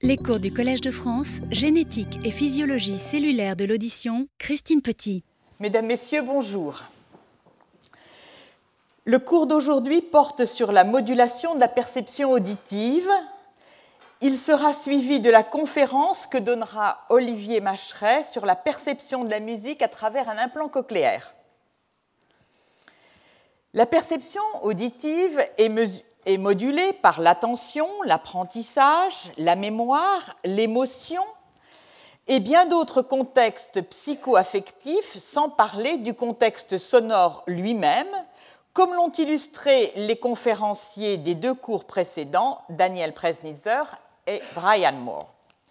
Les cours du Collège de France, génétique et physiologie cellulaire de l'audition, Christine Petit. Mesdames, Messieurs, bonjour. Le cours d'aujourd'hui porte sur la modulation de la perception auditive. Il sera suivi de la conférence que donnera Olivier Macheret sur la perception de la musique à travers un implant cochléaire. La perception auditive est modulée par l'attention, l'apprentissage, la mémoire, l'émotion et bien d'autres contextes psycho-affectifs, sans parler du contexte sonore lui-même, comme l'ont illustré les conférenciers des deux cours précédents, Daniel Presnitzer et Brian Moore.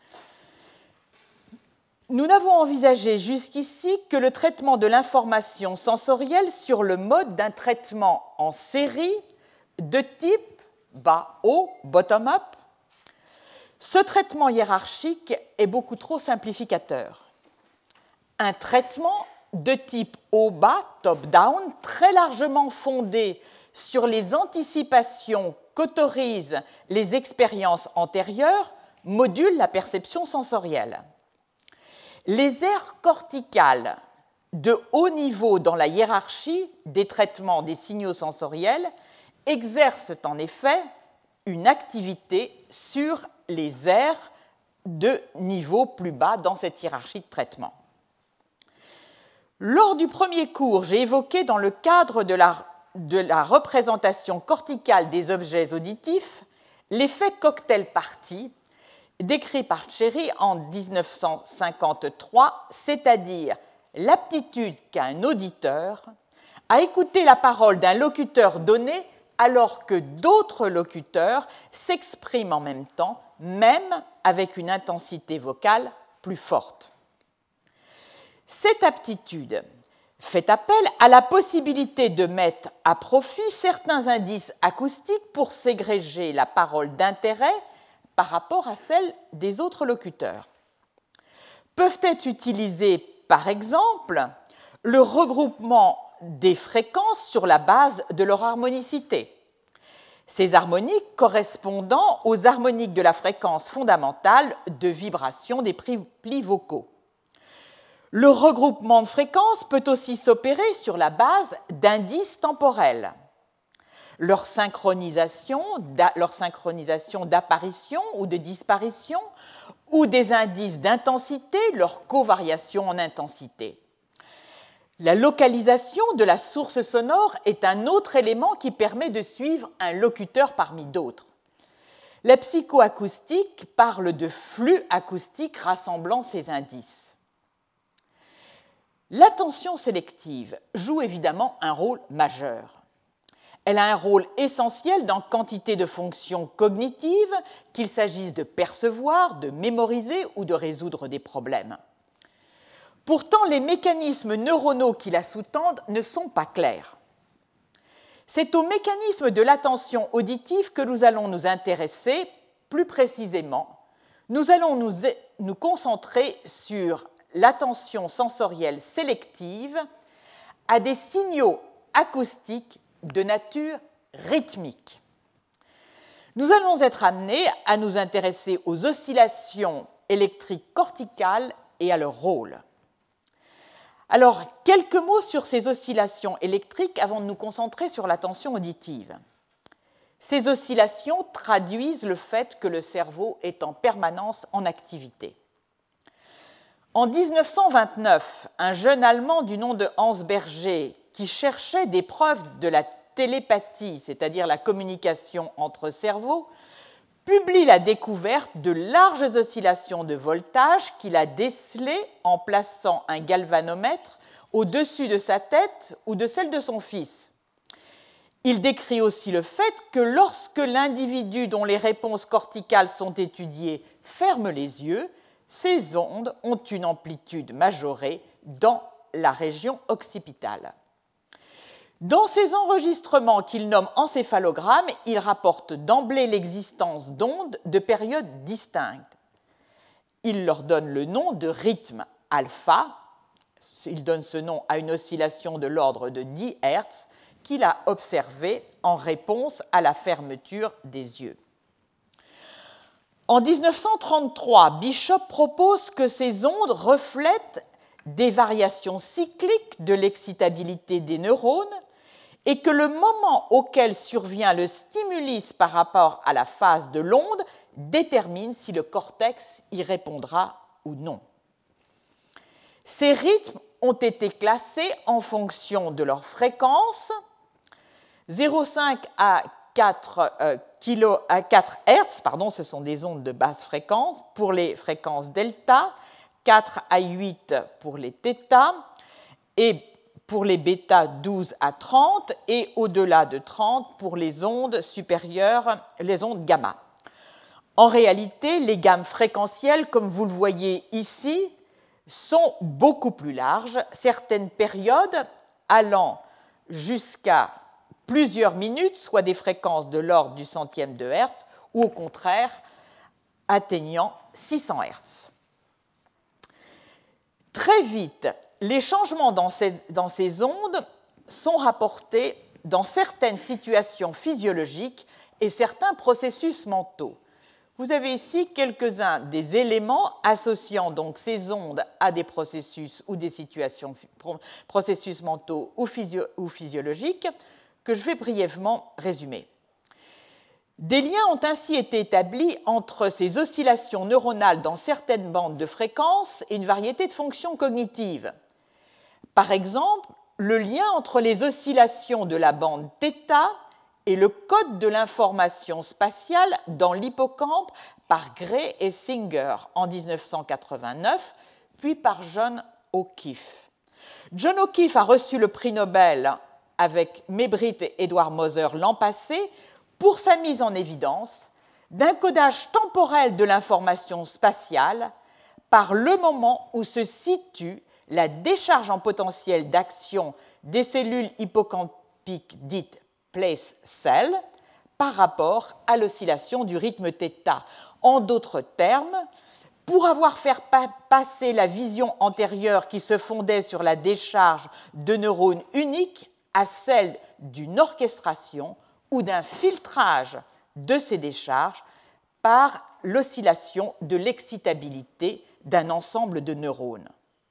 Nous n'avons envisagé jusqu'ici que le traitement de l'information sensorielle sur le mode d'un traitement en série de type bas-haut, bottom-up. Ce traitement hiérarchique est beaucoup trop simplificateur. Un traitement de type haut-bas, top-down, très largement fondé sur les anticipations qu'autorisent les expériences antérieures, module la perception sensorielle. Les aires corticales de haut niveau dans la hiérarchie des traitements des signaux sensoriels exercent en effet une activité sur les aires de niveau plus bas dans cette hiérarchie de traitement. Lors du premier cours, j'ai évoqué dans le cadre de la représentation corticale des objets auditifs l'effet cocktail party décrit par Cherry en 1953, c'est-à-dire l'aptitude qu'a un auditeur à écouter la parole d'un locuteur donné alors que d'autres locuteurs s'expriment en même temps, même avec une intensité vocale plus forte. Cette aptitude fait appel à la possibilité de mettre à profit certains indices acoustiques pour ségréger la parole d'intérêt par rapport à celle des autres locuteurs. Peuvent être utilisés, par exemple, le regroupement des fréquences sur la base de leur harmonicité, ces harmoniques correspondant aux harmoniques de la fréquence fondamentale de vibration des plis vocaux. Le regroupement de fréquences peut aussi s'opérer sur la base d'indices temporels. Leur synchronisation d'apparition ou de disparition, ou des indices d'intensité, leur covariation en intensité. La localisation de la source sonore est un autre élément qui permet de suivre un locuteur parmi d'autres. La psychoacoustique parle de flux acoustique rassemblant ces indices. L'attention sélective joue évidemment un rôle majeur. Elle a un rôle essentiel dans quantité de fonctions cognitives, qu'il s'agisse de percevoir, de mémoriser ou de résoudre des problèmes. Pourtant, les mécanismes neuronaux qui la sous-tendent ne sont pas clairs. C'est au mécanisme de l'attention auditive que nous allons nous intéresser. Plus précisément, nous allons nous concentrer sur l'attention sensorielle sélective à des signaux acoustiques de nature rythmique. Nous allons être amenés à nous intéresser aux oscillations électriques corticales et à leur rôle. Alors, quelques mots sur ces oscillations électriques avant de nous concentrer sur l'attention auditive. Ces oscillations traduisent le fait que le cerveau est en permanence en activité. En 1929, un jeune Allemand du nom de Hans Berger, qui cherchait des preuves de la télépathie, c'est-à-dire la communication entre cerveaux, publie la découverte de larges oscillations de voltage qu'il a décelées en plaçant un galvanomètre au-dessus de sa tête ou de celle de son fils. Il décrit aussi le fait que lorsque l'individu dont les réponses corticales sont étudiées ferme les yeux, ces ondes ont une amplitude majorée dans la région occipitale. Dans ces enregistrements qu'il nomme encéphalogrammes, il rapporte d'emblée l'existence d'ondes de périodes distinctes. Il leur donne le nom de rythme alpha. Il donne ce nom à une oscillation de l'ordre de 10 Hz qu'il a observée en réponse à la fermeture des yeux. En 1933, Bishop propose que ces ondes reflètent des variations cycliques de l'excitabilité des neurones et que le moment auquel survient le stimulus par rapport à la phase de l'onde détermine si le cortex y répondra ou non. Ces rythmes ont été classés en fonction de leur fréquence, 0,5 à 4 Hz, ce sont des ondes de basse fréquence, pour les fréquences delta, 4 à 8 pour les θ, et pour les bêta 12 à 30, et au-delà de 30 pour les ondes supérieures, les ondes gamma. En réalité, les gammes fréquentielles, comme vous le voyez ici, sont beaucoup plus larges, certaines périodes allant jusqu'à plusieurs minutes, soit des fréquences de l'ordre du centième de Hertz, ou au contraire, atteignant 600 Hertz. Très vite, les changements dans ces ondes sont rapportés dans certaines situations physiologiques et certains processus mentaux. Vous avez ici quelques-uns des éléments associant donc ces ondes à des processus ou des situations, processus mentaux ou physiologiques, que je vais brièvement résumer. Des liens ont ainsi été établis entre ces oscillations neuronales dans certaines bandes de fréquences et une variété de fonctions cognitives. Par exemple, le lien entre les oscillations de la bande θ et le code de l'information spatiale dans l'hippocampe par Gray et Singer en 1989, puis par John O'Keefe. John O'Keefe a reçu le prix Nobel avec Maybrit et Edward Moser l'an passé pour sa mise en évidence d'un codage temporel de l'information spatiale par le moment où se situe la décharge en potentiel d'action des cellules hippocampiques dites place cell par rapport à l'oscillation du rythme θ. En d'autres termes, pour avoir fait passer la vision antérieure qui se fondait sur la décharge de neurones uniques à celle d'une orchestration ou d'un filtrage de ces décharges par l'oscillation de l'excitabilité d'un ensemble de neurones.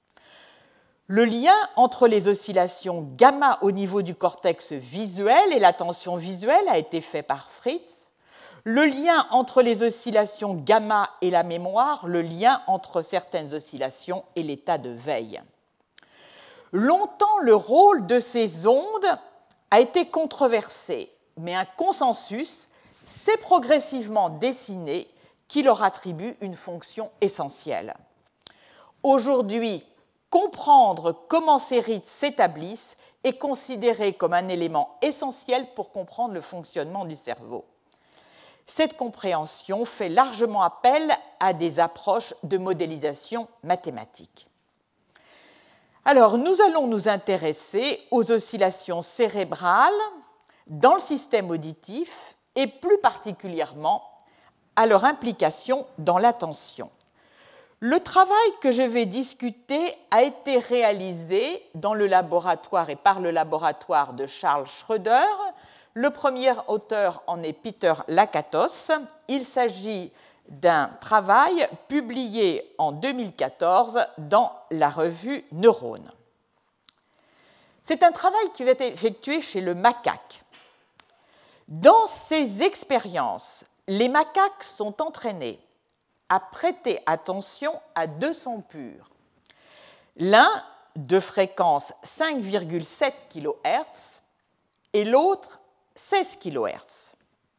Le lien entre les oscillations gamma au niveau du cortex visuel et l'attention visuelle a été fait par Fritz. Le lien entre les oscillations gamma et la mémoire, le lien entre certaines oscillations et l'état de veille. Longtemps, le rôle de ces ondes a été controversé, mais un consensus s'est progressivement dessiné qui leur attribue une fonction essentielle. Aujourd'hui, comprendre comment ces rythmes s'établissent est considéré comme un élément essentiel pour comprendre le fonctionnement du cerveau. Cette compréhension fait largement appel à des approches de modélisation mathématique. Alors, nous allons nous intéresser aux oscillations cérébrales dans le système auditif et plus particulièrement à leur implication dans l'attention. Le travail que je vais discuter a été réalisé dans le laboratoire et par le laboratoire de Charles Schroeder. Le premier auteur en est Peter Lakatos. Il s'agit d'un travail publié en 2014 dans la revue Neurone. C'est un travail qui va être effectué chez le macaque. Dans ces expériences, les macaques sont entraînés à prêter attention à deux sons purs. L'un de fréquence 5,7 kHz et l'autre 16 kHz.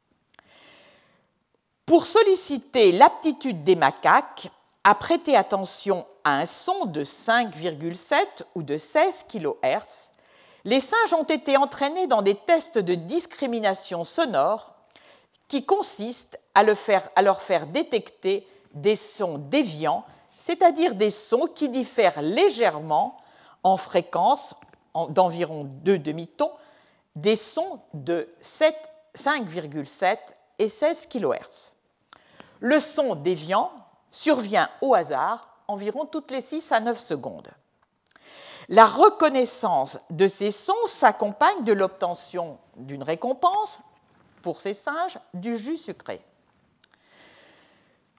Pour solliciter l'aptitude des macaques à prêter attention à un son de 5,7 ou de 16 kHz, les singes ont été entraînés dans des tests de discrimination sonore qui consistent à leur faire détecter des sons déviants, c'est-à-dire des sons qui diffèrent légèrement en fréquence d'environ 2 demi-tons des sons de 5,7 et 16 kHz. Le son déviant survient au hasard environ toutes les 6 à 9 secondes. La reconnaissance de ces sons s'accompagne de l'obtention d'une récompense, pour ces singes, du jus sucré.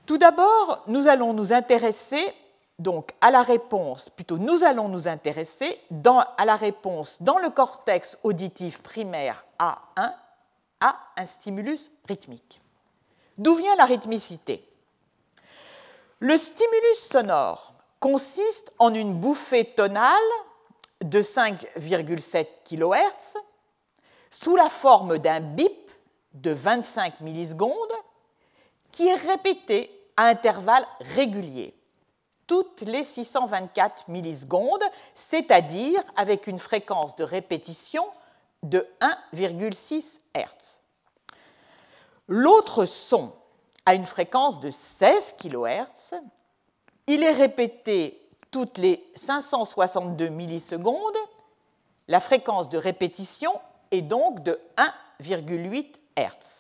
Tout d'abord, nous allons nous intéresser donc à la réponse, plutôt nous allons nous intéresser à la réponse dans le cortex auditif primaire A1 à un stimulus rythmique. D'où vient la rythmicité? Le stimulus sonore consiste en une bouffée tonale de 5,7 kHz sous la forme d'un bip de 25 millisecondes qui est répété à intervalles réguliers, toutes les 624 millisecondes, c'est-à-dire avec une fréquence de répétition de 1,6 Hz. L'autre son a une fréquence de 16 kHz. Il est répété toutes les 562 millisecondes. La fréquence de répétition est donc de 1,8 Hz.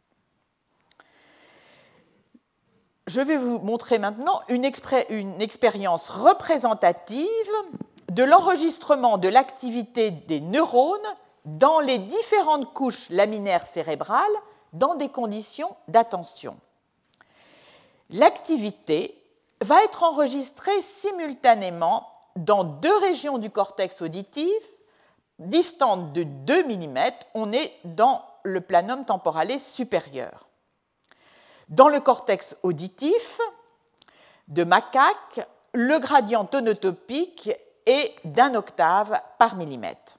Je vais vous montrer maintenant une expérience représentative de l'enregistrement de l'activité des neurones dans les différentes couches laminaires cérébrales dans des conditions d'attention. L'activité va être enregistrée simultanément dans deux régions du cortex auditif distantes de 2 mm. On est dans le planum temporale supérieur. Dans le cortex auditif de macaque, le gradient tonotopique est d'1 octave par millimètre.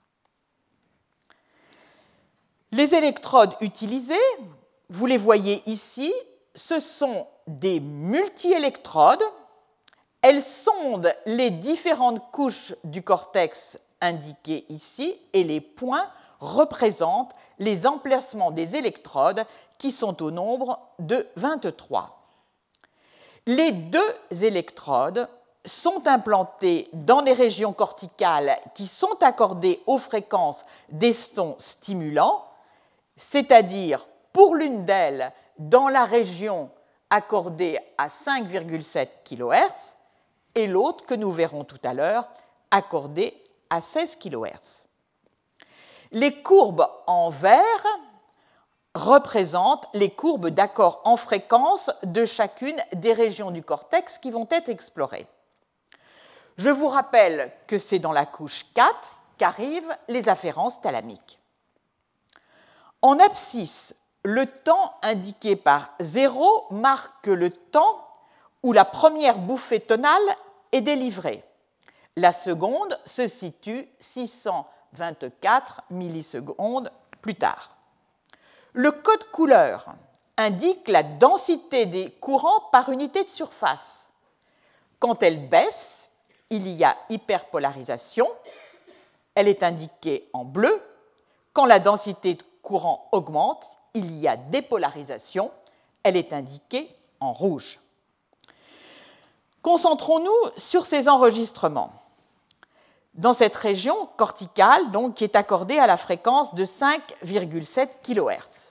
Les électrodes utilisées, vous les voyez ici, ce sont des multi-électrodes. Elles sondent les différentes couches du cortex indiquées ici et les points représentent les emplacements des électrodes qui sont au nombre de 23. Les deux électrodes sont implantées dans les régions corticales qui sont accordées aux fréquences des sons stimulants, c'est-à-dire pour l'une d'elles dans la région accordée à 5,7 kHz et l'autre que nous verrons tout à l'heure accordée à 16 kHz. Les courbes en vert représentent les courbes d'accord en fréquence de chacune des régions du cortex qui vont être explorées. Je vous rappelle que c'est dans la couche 4 qu'arrivent les afférences thalamiques. En abscisse, le temps indiqué par 0 marque le temps où la première bouffée tonale est délivrée. La seconde se situe 624 millisecondes plus tard. Le code couleur indique la densité des courants par unité de surface. Quand elle baisse, il y a hyperpolarisation. Elle est indiquée en bleu. Quand la densité de courant augmente, il y a dépolarisation. Elle est indiquée en rouge. Concentrons-nous sur ces enregistrements. Dans cette région corticale, donc, qui est accordée à la fréquence de 5,7 kHz.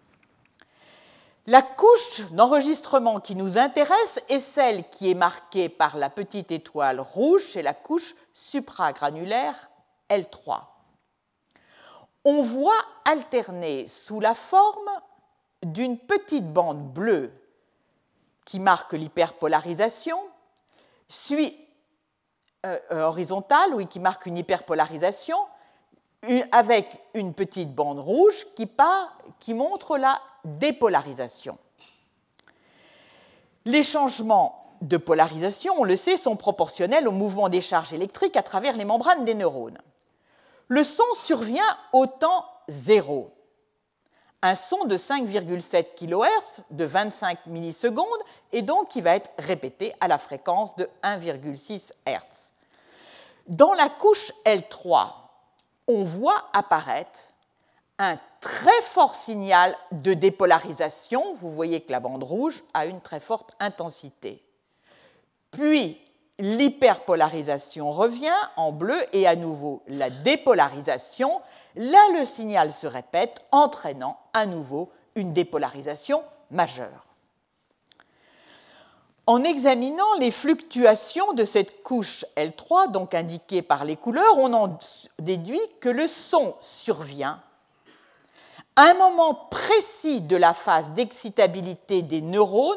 La couche d'enregistrement qui nous intéresse est celle qui est marquée par la petite étoile rouge, c'est la couche supragranulaire L3. On voit alterner sous la forme d'une petite bande bleue qui marque l'hyperpolarisation, horizontale, oui, qui marque une hyperpolarisation, avec une petite bande rouge qui montre la dépolarisation. Les changements de polarisation, on le sait, sont proportionnels au mouvement des charges électriques à travers les membranes des neurones. Le son survient au temps 0. Un son de 5,7 kHz de 25 millisecondes et donc qui va être répété à la fréquence de 1,6 Hz. Dans la couche L3, on voit apparaître un très fort signal de dépolarisation. Vous voyez que la bande rouge a une très forte intensité. Puis, l'hyperpolarisation revient en bleu et à nouveau la dépolarisation. Là, le signal se répète, entraînant à nouveau une dépolarisation majeure. En examinant les fluctuations de cette couche L3, donc indiquée par les couleurs, on en déduit que le son survient à un moment précis de la phase d'excitabilité des neurones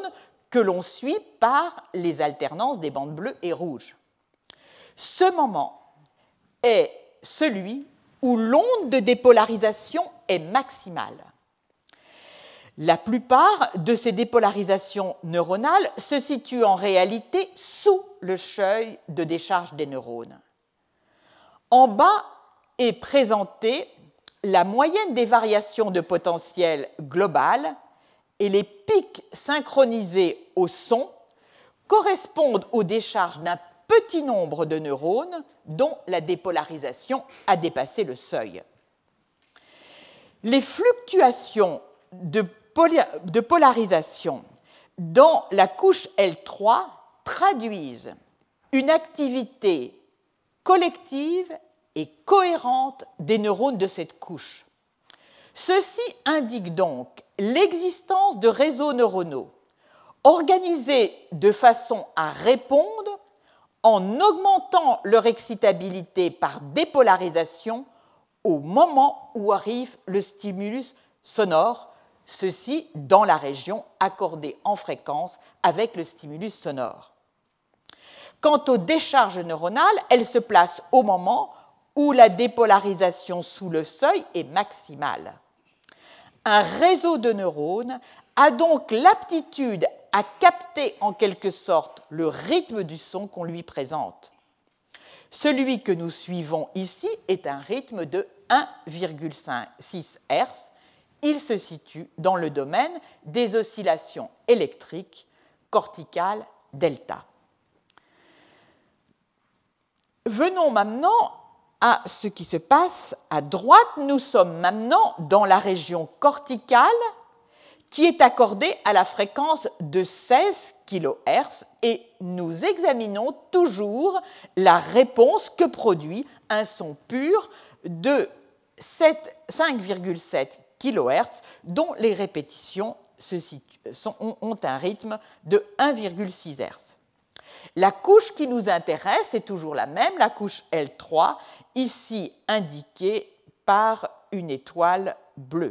que l'on suit par les alternances des bandes bleues et rouges. Ce moment est celui où l'onde de dépolarisation est maximale. La plupart de ces dépolarisations neuronales se situent en réalité sous le seuil de décharge des neurones. En bas est présentée la moyenne des variations de potentiel global et les pics synchronisés au son correspondent aux décharges d'un petit nombre de neurones dont la dépolarisation a dépassé le seuil. Les fluctuations de polarisation dans la couche L3 traduisent une activité collective et cohérente des neurones de cette couche. Ceci indique donc l'existence de réseaux neuronaux organisés de façon à répondre en augmentant leur excitabilité par dépolarisation au moment où arrive le stimulus sonore, ceci dans la région accordée en fréquence avec le stimulus sonore. Quant aux décharges neuronales, elles se placent au moment où la dépolarisation sous le seuil est maximale. Un réseau de neurones a donc l'aptitude à capter en quelque sorte le rythme du son qu'on lui présente. Celui que nous suivons ici est un rythme de 1,6 Hz. Il se situe dans le domaine des oscillations électriques corticales delta. Venons maintenant à ce qui se passe à droite. Nous sommes maintenant dans la région corticale qui est accordée à la fréquence de 16 kHz et nous examinons toujours la réponse que produit un son pur de 5,7 kHz dont les répétitions ont un rythme de 1,6 Hz. La couche qui nous intéresse est toujours la même, la couche L3, ici indiquée par une étoile bleue.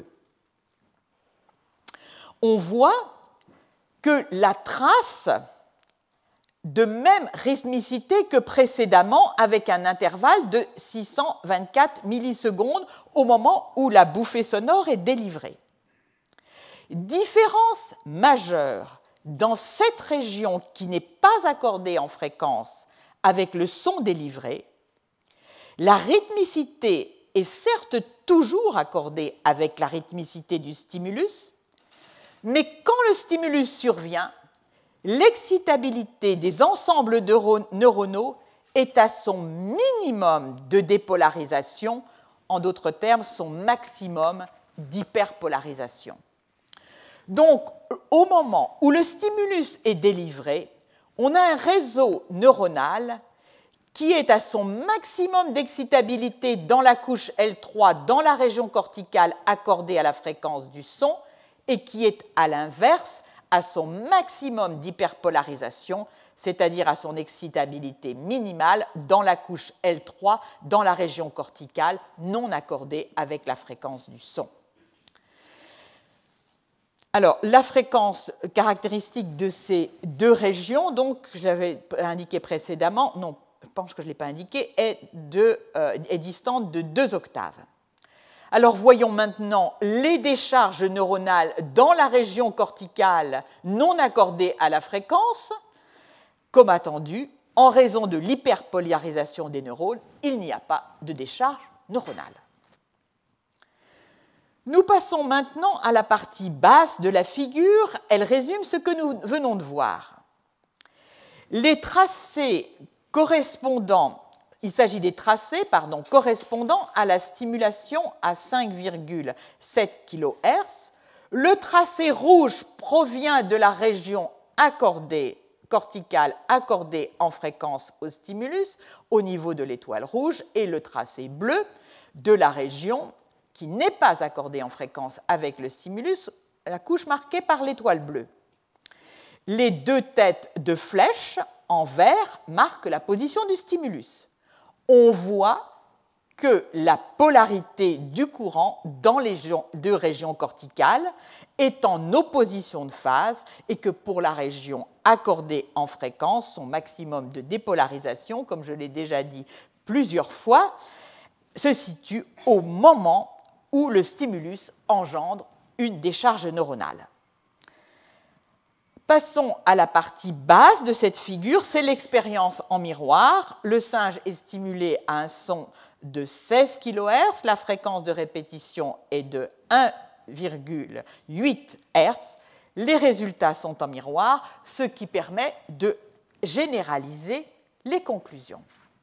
On voit que la trace de même rythmicité que précédemment avec un intervalle de 624 millisecondes au moment où la bouffée sonore est délivrée. Différence majeure dans cette région qui n'est pas accordée en fréquence avec le son délivré, la rythmicité est certes toujours accordée avec la rythmicité du stimulus, mais quand le stimulus survient, l'excitabilité des ensembles neuronaux est à son minimum de dépolarisation, en d'autres termes, son maximum d'hyperpolarisation. Donc, au moment où le stimulus est délivré, on a un réseau neuronal qui est à son maximum d'excitabilité dans la couche L3, dans la région corticale accordée à la fréquence du son, et qui est à l'inverse à son maximum d'hyperpolarisation, c'est-à-dire à son excitabilité minimale dans la couche L3, dans la région corticale non accordée avec la fréquence du son. Alors, la fréquence caractéristique de ces deux régions, donc, j'avais indiqué précédemment, non, je pense que je ne l'ai pas indiqué, est distante de 2 octaves. Alors, voyons maintenant les décharges neuronales dans la région corticale non accordée à la fréquence. Comme attendu, en raison de l'hyperpolarisation des neurones, il n'y a pas de décharge neuronale. Nous passons maintenant à la partie basse de la figure. Elle résume ce que nous venons de voir. Les tracés correspondant, il s'agit des tracés correspondant à la stimulation à 5,7 kHz. Le tracé rouge provient de la région corticale accordée en fréquence au stimulus au niveau de l'étoile rouge et le tracé bleu de la région qui n'est pas accordée en fréquence avec le stimulus, la couche marquée par l'étoile bleue. Les 2 têtes de flèche en vert marquent la position du stimulus. On voit que la polarité du courant dans les 2 régions corticales est en opposition de phase et que pour la région accordée en fréquence, son maximum de dépolarisation, comme je l'ai déjà dit plusieurs fois, se situe au moment où le stimulus engendre une décharge neuronale. Passons à la partie basse de cette figure, c'est l'expérience en miroir. Le singe est stimulé à un son de 16 kHz, la fréquence de répétition est de 1,8 Hz. Les résultats sont en miroir, ce qui permet de généraliser les conclusions.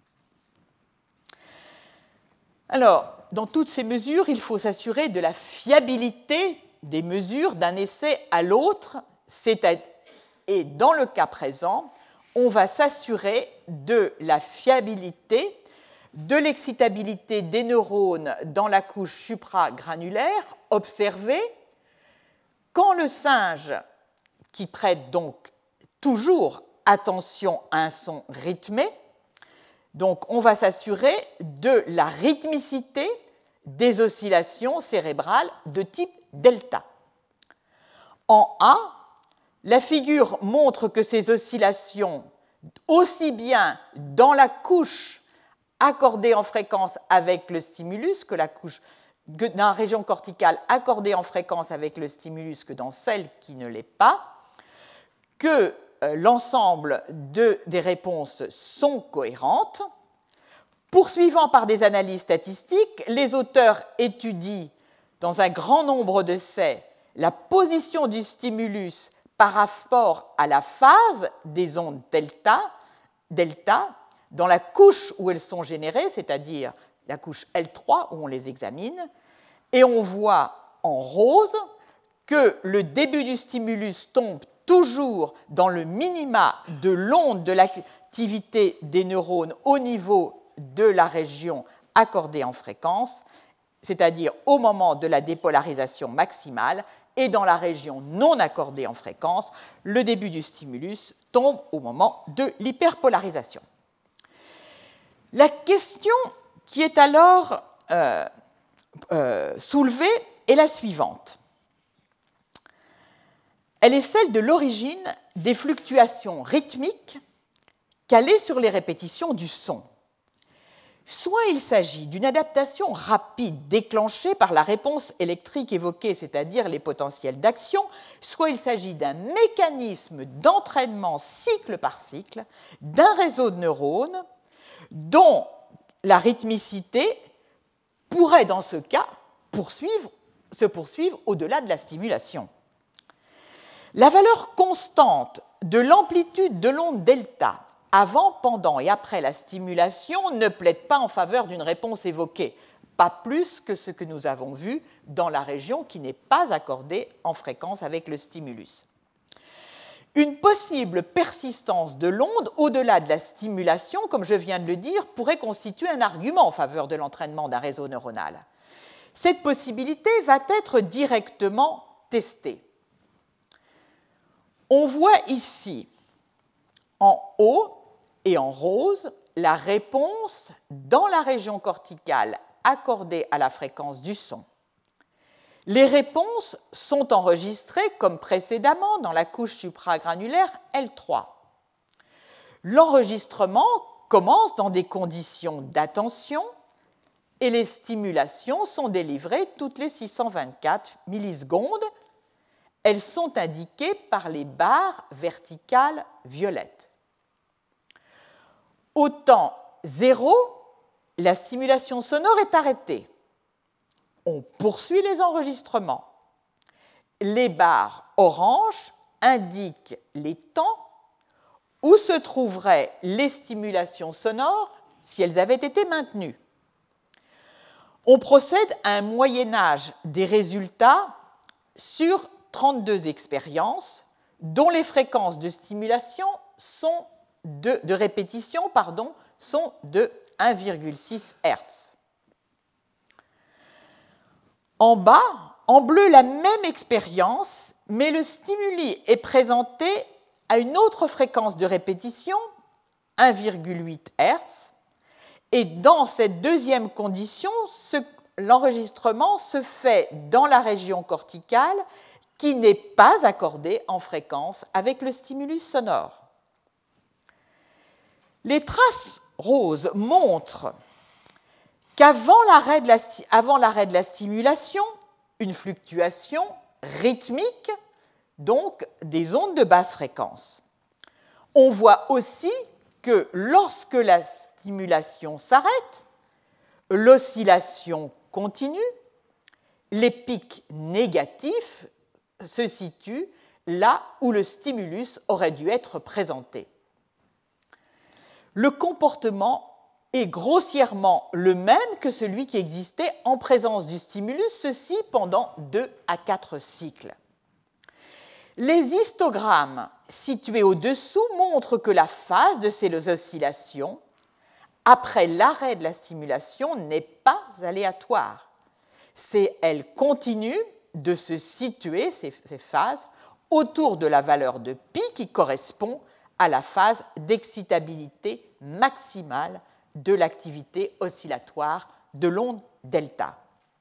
Alors, dans toutes ces mesures, il faut s'assurer de la fiabilité des mesures d'un essai à l'autre, et dans le cas présent, on va s'assurer de la fiabilité de l'excitabilité des neurones dans la couche supragranulaire observée quand le singe, qui prête donc toujours attention à un son rythmé, donc on va s'assurer de la rythmicité des oscillations cérébrales de type delta. En A, la figure montre que ces oscillations, aussi bien dans la couche accordée en fréquence avec le stimulus que dans la région corticale accordée en fréquence avec le stimulus que dans celle qui ne l'est pas, que l'ensemble des réponses sont cohérentes. Poursuivant par des analyses statistiques, les auteurs étudient dans un grand nombre d'essais la position du stimulus par rapport à la phase des ondes delta dans la couche où elles sont générées, c'est-à-dire la couche L3 où on les examine, et on voit en rose que le début du stimulus tombe toujours dans le minima de l'onde de l'activité des neurones au niveau de la région accordée en fréquence, c'est-à-dire au moment de la dépolarisation maximale, et dans la région non accordée en fréquence, le début du stimulus tombe au moment de l'hyperpolarisation. La question qui est alors soulevée est la suivante. Elle est celle de l'origine des fluctuations rythmiques calées sur les répétitions du son. Soit il s'agit d'une adaptation rapide déclenchée par la réponse électrique évoquée, c'est-à-dire les potentiels d'action, soit il s'agit d'un mécanisme d'entraînement cycle par cycle d'un réseau de neurones dont la rythmicité pourrait, dans ce cas, se poursuivre au-delà de la stimulation. La valeur constante de l'amplitude de l'onde delta avant, pendant et après la stimulation ne plaide pas en faveur d'une réponse évoquée, pas plus que ce que nous avons vu dans la région qui n'est pas accordée en fréquence avec le stimulus. Une possible persistance de l'onde au-delà de la stimulation, comme je viens de le dire, pourrait constituer un argument en faveur de l'entraînement d'un réseau neuronal. Cette possibilité va être directement testée. On voit ici, en haut et en rose, la réponse dans la région corticale accordée à la fréquence du son. Les réponses sont enregistrées comme précédemment dans la couche supragranulaire L3. L'enregistrement commence dans des conditions d'attention et les stimulations sont délivrées toutes les 624 millisecondes. Elles sont indiquées par les barres verticales violettes. Au temps 0, la stimulation sonore est arrêtée. On poursuit les enregistrements. Les barres oranges indiquent les temps où se trouveraient les stimulations sonores si elles avaient été maintenues. On procède à un moyennage des résultats sur 32 expériences dont les fréquences de stimulation de répétition sont de 1,6 Hz. En bas, en bleu, la même expérience, mais le stimuli est présenté à une autre fréquence de répétition, 1,8 Hz, et dans cette deuxième condition, l'enregistrement se fait dans la région corticale qui n'est pas accordé en fréquence avec le stimulus sonore. Les traces roses montrent qu'avant l'arrêt de la stimulation, une fluctuation rythmique, donc des ondes de basse fréquence. On voit aussi que lorsque la stimulation s'arrête, l'oscillation continue, les pics négatifs se situent là où le stimulus aurait dû être présenté. Le comportement est grossièrement le même que celui qui existait en présence du stimulus, ceci pendant 2 à 4 cycles. Les histogrammes situés au-dessous montrent que la phase de ces oscillations, après l'arrêt de la stimulation, n'est pas aléatoire. Elle continue de se situer, ces phases, autour de la valeur de pi qui correspond à la phase d'excitabilité maximale de l'activité oscillatoire de l'onde delta.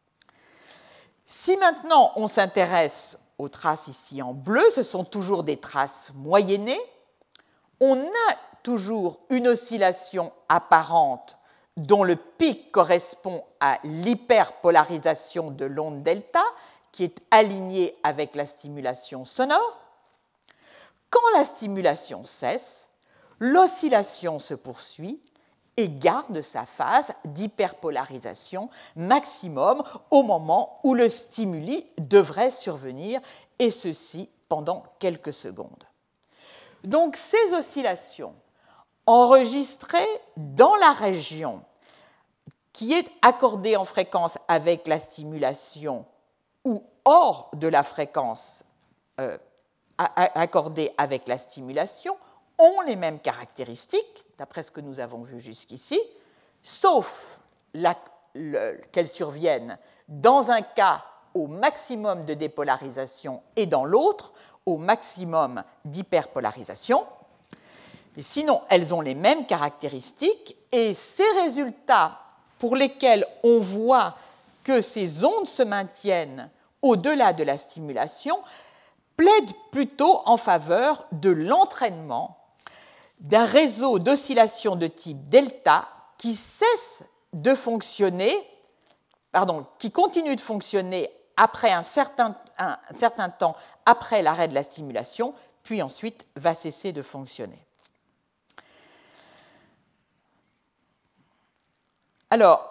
Si maintenant on s'intéresse aux traces ici en bleu, ce sont toujours des traces moyennées, on a toujours une oscillation apparente dont le pic correspond à l'hyperpolarisation de l'onde delta, qui est alignée avec la stimulation sonore. Quand la stimulation cesse, l'oscillation se poursuit et garde sa phase d'hyperpolarisation maximum au moment où le stimuli devrait survenir, et ceci pendant quelques secondes. Donc ces oscillations enregistrées dans la région qui est accordée en fréquence avec la stimulation ou hors de la fréquence accordée avec la stimulation ont les mêmes caractéristiques, d'après ce que nous avons vu jusqu'ici, sauf qu'elles surviennent dans un cas au maximum de dépolarisation et dans l'autre au maximum d'hyperpolarisation. Et sinon, elles ont les mêmes caractéristiques, et ces résultats pour lesquels on voit que ces ondes se maintiennent au-delà de la stimulation plaident plutôt en faveur de l'entraînement d'un réseau d'oscillations de type delta qui qui continue de fonctionner après un certain temps après l'arrêt de la stimulation, puis ensuite va cesser de fonctionner. Alors,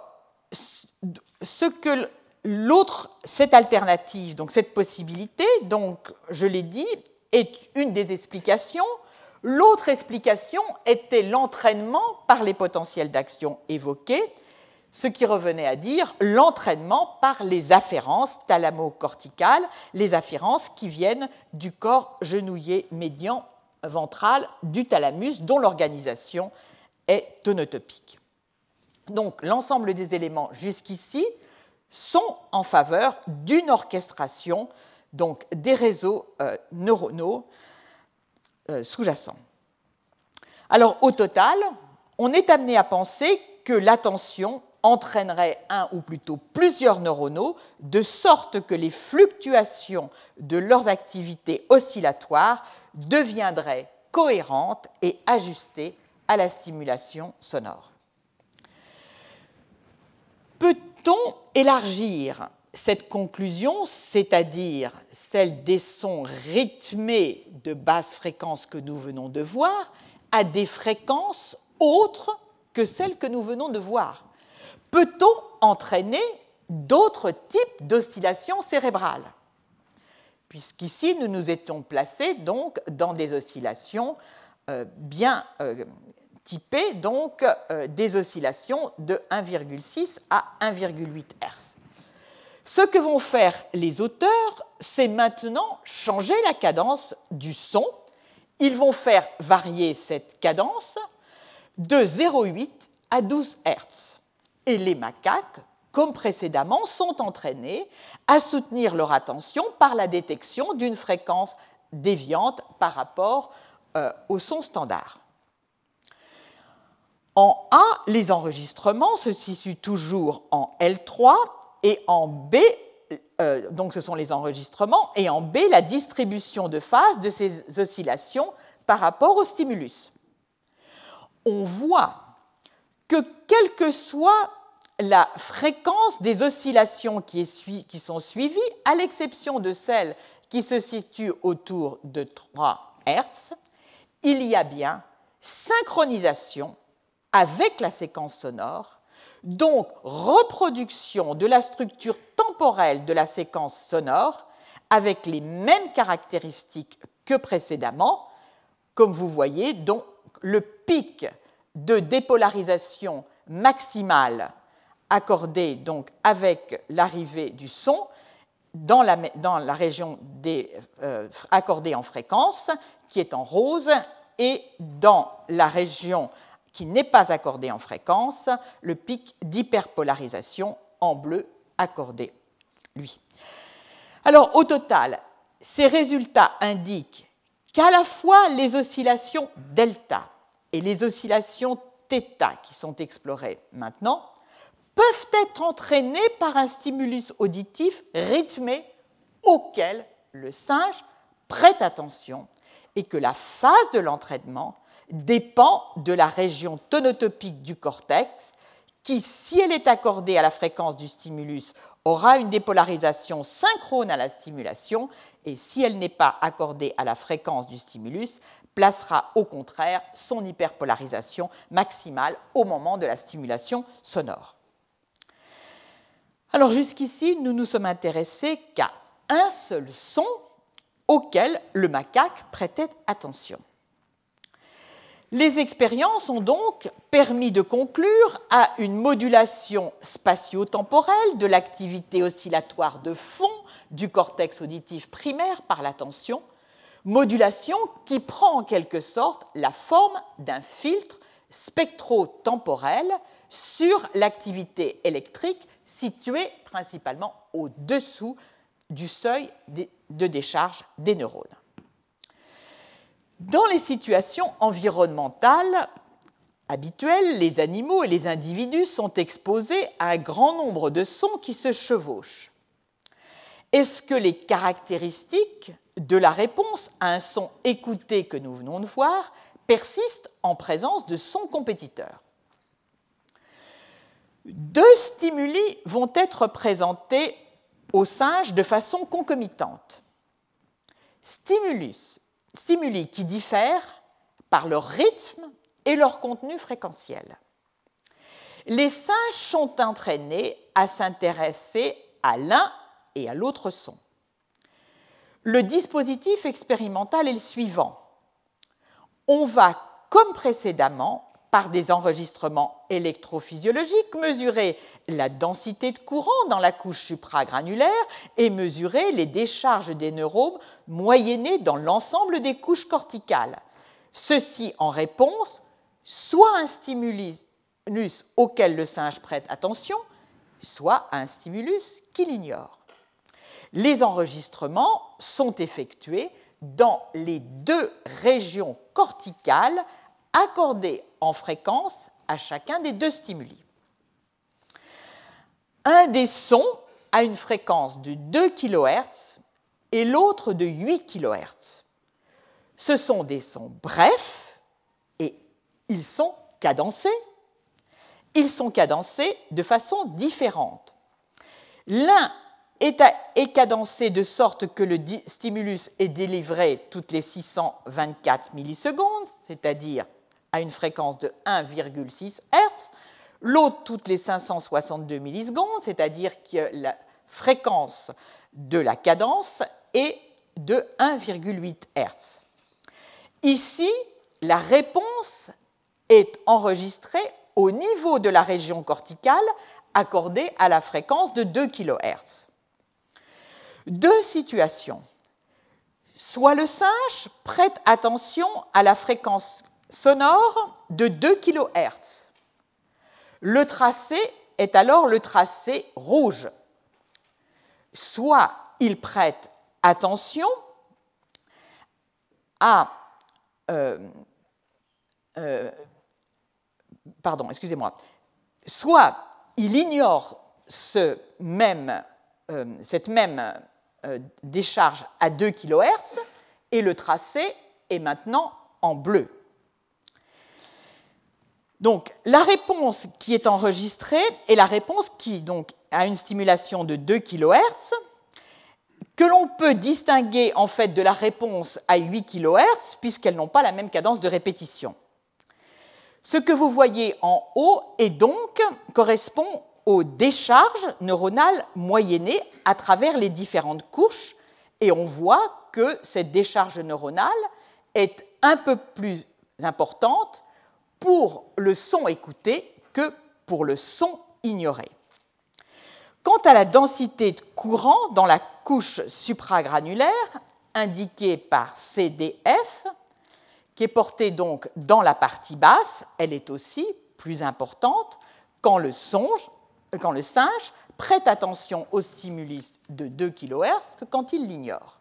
cette alternative, donc cette possibilité, donc, je l'ai dit, est une des explications. L'autre explication était l'entraînement par les potentiels d'action évoqués, ce qui revenait à dire l'entraînement par les afférences thalamo-corticales, les afférences qui viennent du corps genouillé médian ventral du thalamus, dont l'organisation est tonotopique. Donc, l'ensemble des éléments jusqu'ici sont en faveur d'une orchestration donc, des réseaux neuronaux sous-jacents. Alors, au total, on est amené à penser que l'attention entraînerait un ou plutôt plusieurs neuronaux, de sorte que les fluctuations de leurs activités oscillatoires deviendraient cohérentes et ajustées à la stimulation sonore. Peut-on élargir cette conclusion, c'est-à-dire celle des sons rythmés de basse fréquence que nous venons de voir, à des fréquences autres que celles que nous venons de voir? Peut-on entraîner d'autres types d'oscillations cérébrales? Puisqu'ici, nous nous étions placés donc dans des oscillations bien typées, donc des oscillations de 1,6 à 1,8 Hz. Ce que vont faire les auteurs, c'est maintenant changer la cadence du son. Ils vont faire varier cette cadence de 0,8 à 12 Hz. Et les macaques, comme précédemment, sont entraînés à soutenir leur attention par la détection d'une fréquence déviante par rapport au son standard. En A, les enregistrements se situent toujours en L3 et en B, donc ce sont les enregistrements, et en B, la distribution de phase de ces oscillations par rapport au stimulus. On voit que quelle que soit la fréquence des oscillations qui sont suivies, à l'exception de celles qui se situent autour de 3 Hz, il y a bien synchronisation avec la séquence sonore, donc reproduction de la structure temporelle de la séquence sonore avec les mêmes caractéristiques que précédemment, comme vous voyez, donc le pic de dépolarisation maximale accordé donc avec l'arrivée du son dans la région accordée en fréquence, qui est en rose, et dans la région qui n'est pas accordée en fréquence, le pic d'hyperpolarisation en bleu accordé, lui. Alors, au total, ces résultats indiquent qu'à la fois les oscillations delta et les oscillations θ qui sont explorées maintenant peuvent être entraînées par un stimulus auditif rythmé auquel le singe prête attention et que la phase de l'entraînement dépend de la région tonotopique du cortex qui, si elle est accordée à la fréquence du stimulus, aura une dépolarisation synchrone à la stimulation et si elle n'est pas accordée à la fréquence du stimulus, placera au contraire son hyperpolarisation maximale au moment de la stimulation sonore. Alors jusqu'ici, nous nous sommes intéressés qu'à un seul son auquel le macaque prêtait attention. Les expériences ont donc permis de conclure à une modulation spatio-temporelle de l'activité oscillatoire de fond du cortex auditif primaire par l'attention, modulation qui prend en quelque sorte la forme d'un filtre spectro-temporel sur l'activité électrique située principalement au-dessous du seuil de décharge des neurones. Dans les situations environnementales habituelles, les animaux et les individus sont exposés à un grand nombre de sons qui se chevauchent. Est-ce que les caractéristiques de la réponse à un son écouté que nous venons de voir persistent en présence de sons compétiteurs? Deux stimuli vont être présentés au singe de façon concomitante. Stimuli qui diffèrent par leur rythme et leur contenu fréquentiel. Les singes sont entraînés à s'intéresser à l'un et à l'autre son. Le dispositif expérimental est le suivant. On va, comme précédemment, par des enregistrements électrophysiologiques, mesurer la densité de courant dans la couche supragranulaire et mesurer les décharges des neurones moyennées dans l'ensemble des couches corticales. Ceci en réponse soit à un stimulus auquel le singe prête attention, soit à un stimulus qu'il ignore. Les enregistrements sont effectués dans les deux régions corticales accordées en fréquence à chacun des deux stimuli. Un des sons a une fréquence de 2 kHz et l'autre de 8 kHz. Ce sont des sons brefs et ils sont cadencés. Ils sont cadencés de façon différente. L'un est cadencé de sorte que le stimulus est délivré toutes les 624 millisecondes, c'est-à-dire à une fréquence de 1,6 Hz, l'autre toutes les 562 millisecondes, c'est-à-dire que la fréquence de la cadence est de 1,8 Hz. Ici, la réponse est enregistrée au niveau de la région corticale accordée à la fréquence de 2 kHz. Deux situations. Soit le singe prête attention à la fréquence sonore de 2 kHz. Le tracé est alors le tracé rouge. Soit il prête attention à soit il ignore ce même décharge à 2 kHz et le tracé est maintenant en bleu. Donc, la réponse qui est enregistrée est la réponse qui donc, a une stimulation de 2 kHz, que l'on peut distinguer en fait de la réponse à 8 kHz, puisqu'elles n'ont pas la même cadence de répétition. Ce que vous voyez en haut correspond aux décharges neuronales moyennées à travers les différentes couches, et on voit que cette décharge neuronale est un peu plus importante pour le son écouté que pour le son ignoré. Quant à la densité de courant dans la couche supragranulaire, indiquée par CDF, qui est portée donc dans la partie basse, elle est aussi plus importante quand le singe prête attention au stimulus de 2 kHz que quand il l'ignore.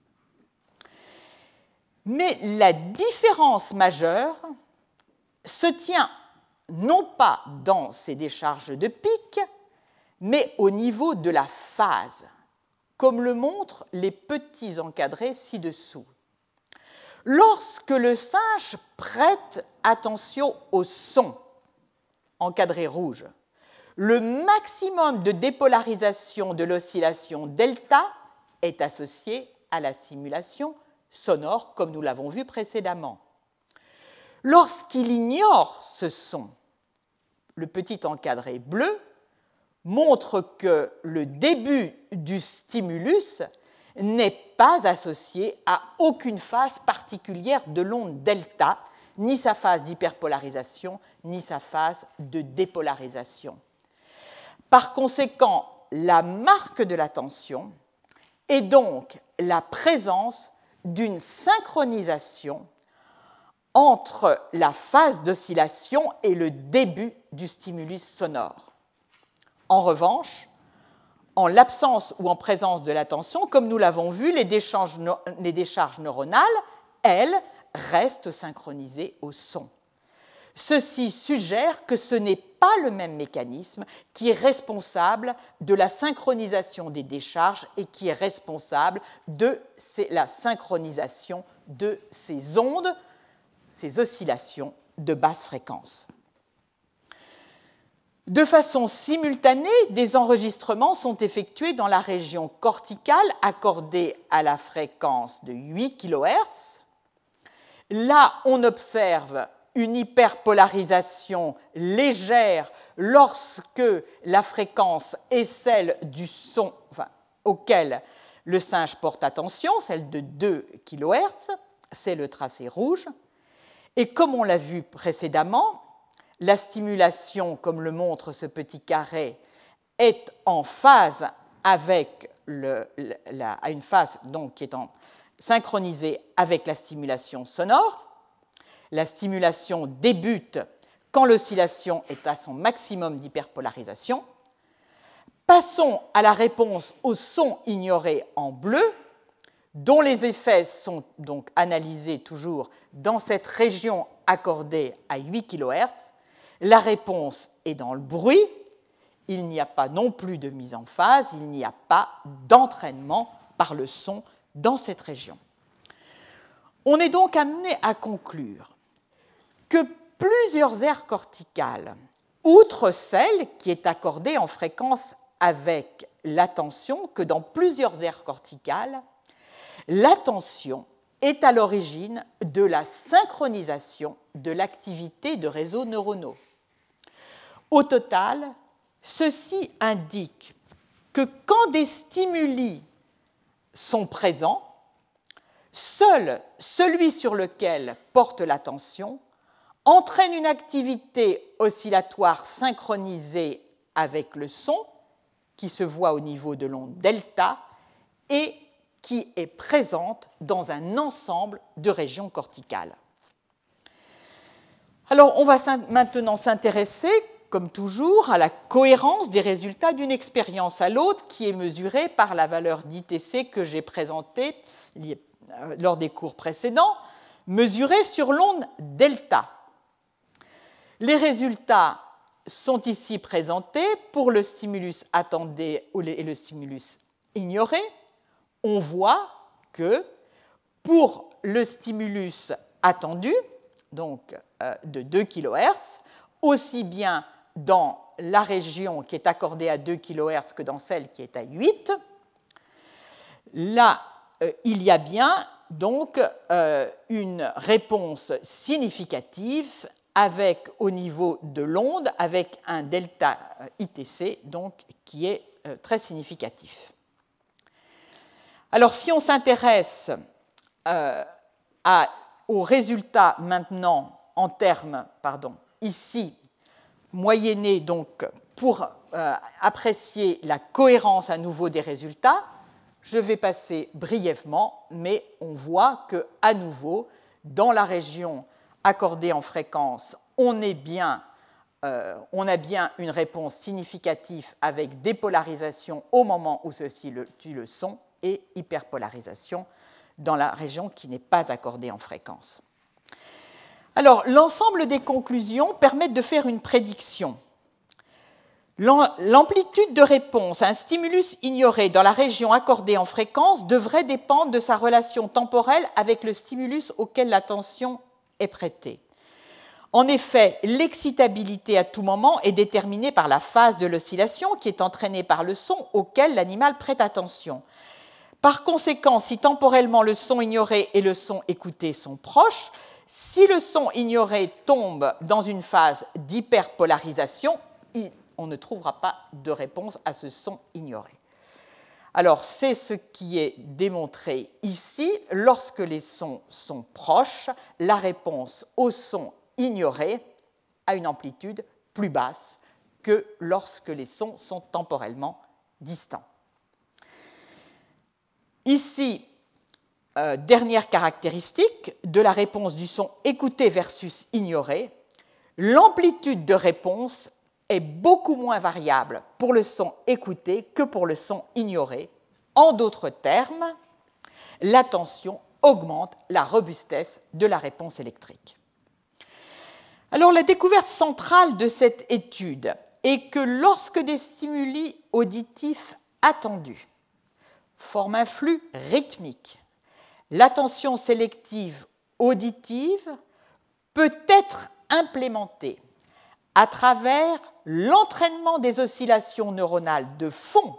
Mais la différence majeure se tient non pas dans ces décharges de pic, mais au niveau de la phase, comme le montrent les petits encadrés ci-dessous. Lorsque le singe prête attention au son, encadré rouge, le maximum de dépolarisation de l'oscillation delta est associé à la stimulation sonore, comme nous l'avons vu précédemment. Lorsqu'il ignore ce son, le petit encadré bleu montre que le début du stimulus n'est pas associé à aucune phase particulière de l'onde delta, ni sa phase d'hyperpolarisation, ni sa phase de dépolarisation. Par conséquent, la marque de l'attention est donc la présence d'une synchronisation entre la phase d'oscillation et le début du stimulus sonore. En revanche, en l'absence ou en présence de l'attention, comme nous l'avons vu, les décharges neuronales, elles, restent synchronisées au son. Ceci suggère que ce n'est pas le même mécanisme qui est responsable de la synchronisation des décharges et qui est responsable de la synchronisation de ces ondes, ces oscillations de basse fréquence. De façon simultanée, des enregistrements sont effectués dans la région corticale accordée à la fréquence de 8 kHz. Là, on observe une hyperpolarisation légère lorsque la fréquence est celle du son auquel le singe porte attention, celle de 2 kHz, c'est le tracé rouge. Et comme on l'a vu précédemment, la stimulation, comme le montre ce petit carré, est en phase avec une phase donc, qui est synchronisée avec la stimulation sonore. La stimulation débute quand l'oscillation est à son maximum d'hyperpolarisation. Passons à la réponse au son ignoré en bleu, dont les effets sont donc analysés toujours dans cette région accordée à 8 kHz. La réponse est dans le bruit, il n'y a pas non plus de mise en phase, il n'y a pas d'entraînement par le son dans cette région. On est donc amené à conclure que plusieurs aires corticales, outre celle qui est accordée en fréquence avec l'attention, que dans plusieurs aires corticales, l'attention est à l'origine de la synchronisation de l'activité de réseaux neuronaux. Au total, ceci indique que quand des stimuli sont présents, seul celui sur lequel porte l'attention entraîne une activité oscillatoire synchronisée avec le son, qui se voit au niveau de l'onde delta, et qui est présente dans un ensemble de régions corticales. Alors, on va maintenant s'intéresser, comme toujours, à la cohérence des résultats d'une expérience à l'autre, qui est mesurée par la valeur d'ITC que j'ai présentée lors des cours précédents, mesurée sur l'onde delta. Les résultats sont ici présentés pour le stimulus attendu et le stimulus ignoré. On voit que pour le stimulus attendu, donc de 2 kHz, aussi bien dans la région qui est accordée à 2 kHz que dans celle qui est à 8, là, il y a bien donc une réponse significative avec, au niveau de l'onde, avec un delta ITC donc, qui est très significatif. Alors, si on s'intéresse aux résultats maintenant en termes, ici, moyennés donc pour apprécier la cohérence à nouveau des résultats, je vais passer brièvement, mais on voit qu'à nouveau, dans la région accordée en fréquence, on a bien une réponse significative avec dépolarisation au moment où ceux-ci le sont et hyperpolarisation dans la région qui n'est pas accordée en fréquence. Alors, l'ensemble des conclusions permettent de faire une prédiction. L'amplitude de réponse à un stimulus ignoré dans la région accordée en fréquence devrait dépendre de sa relation temporelle avec le stimulus auquel l'attention est prêtée. En effet, l'excitabilité à tout moment est déterminée par la phase de l'oscillation qui est entraînée par le son auquel l'animal prête attention. Par conséquent, si temporellement le son ignoré et le son écouté sont proches, si le son ignoré tombe dans une phase d'hyperpolarisation, on ne trouvera pas de réponse à ce son ignoré. Alors, c'est ce qui est démontré ici. Lorsque les sons sont proches, la réponse au son ignoré a une amplitude plus basse que lorsque les sons sont temporellement distants. Ici, dernière caractéristique de la réponse du son écouté versus ignoré, l'amplitude de réponse est beaucoup moins variable pour le son écouté que pour le son ignoré. En d'autres termes, l'attention augmente la robustesse de la réponse électrique. Alors, la découverte centrale de cette étude est que lorsque des stimuli auditifs attendus forment un flux rythmique, l'attention sélective auditive peut être implémentée à travers l'entraînement des oscillations neuronales de fond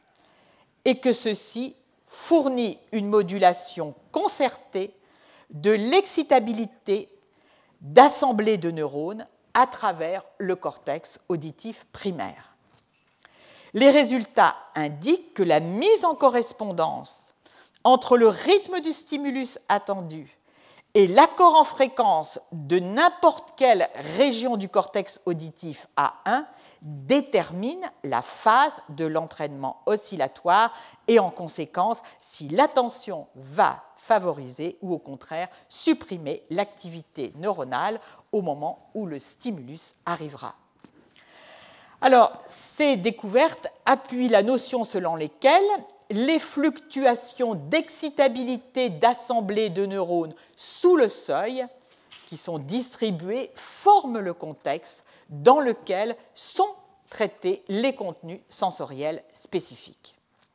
et que ceci fournit une modulation concertée de l'excitabilité d'assemblées de neurones à travers le cortex auditif primaire. Les résultats indiquent que la mise en correspondance entre le rythme du stimulus attendu et l'accord en fréquence de n'importe quelle région du cortex auditif A1 détermine la phase de l'entraînement oscillatoire et en conséquence si l'attention va favoriser ou au contraire supprimer l'activité neuronale au moment où le stimulus arrivera. Alors, ces découvertes appuient la notion selon laquelle les fluctuations d'excitabilité d'assemblées de neurones sous le seuil, qui sont distribuées, forment le contexte dans lequel sont traités les contenus sensoriels spécifiques.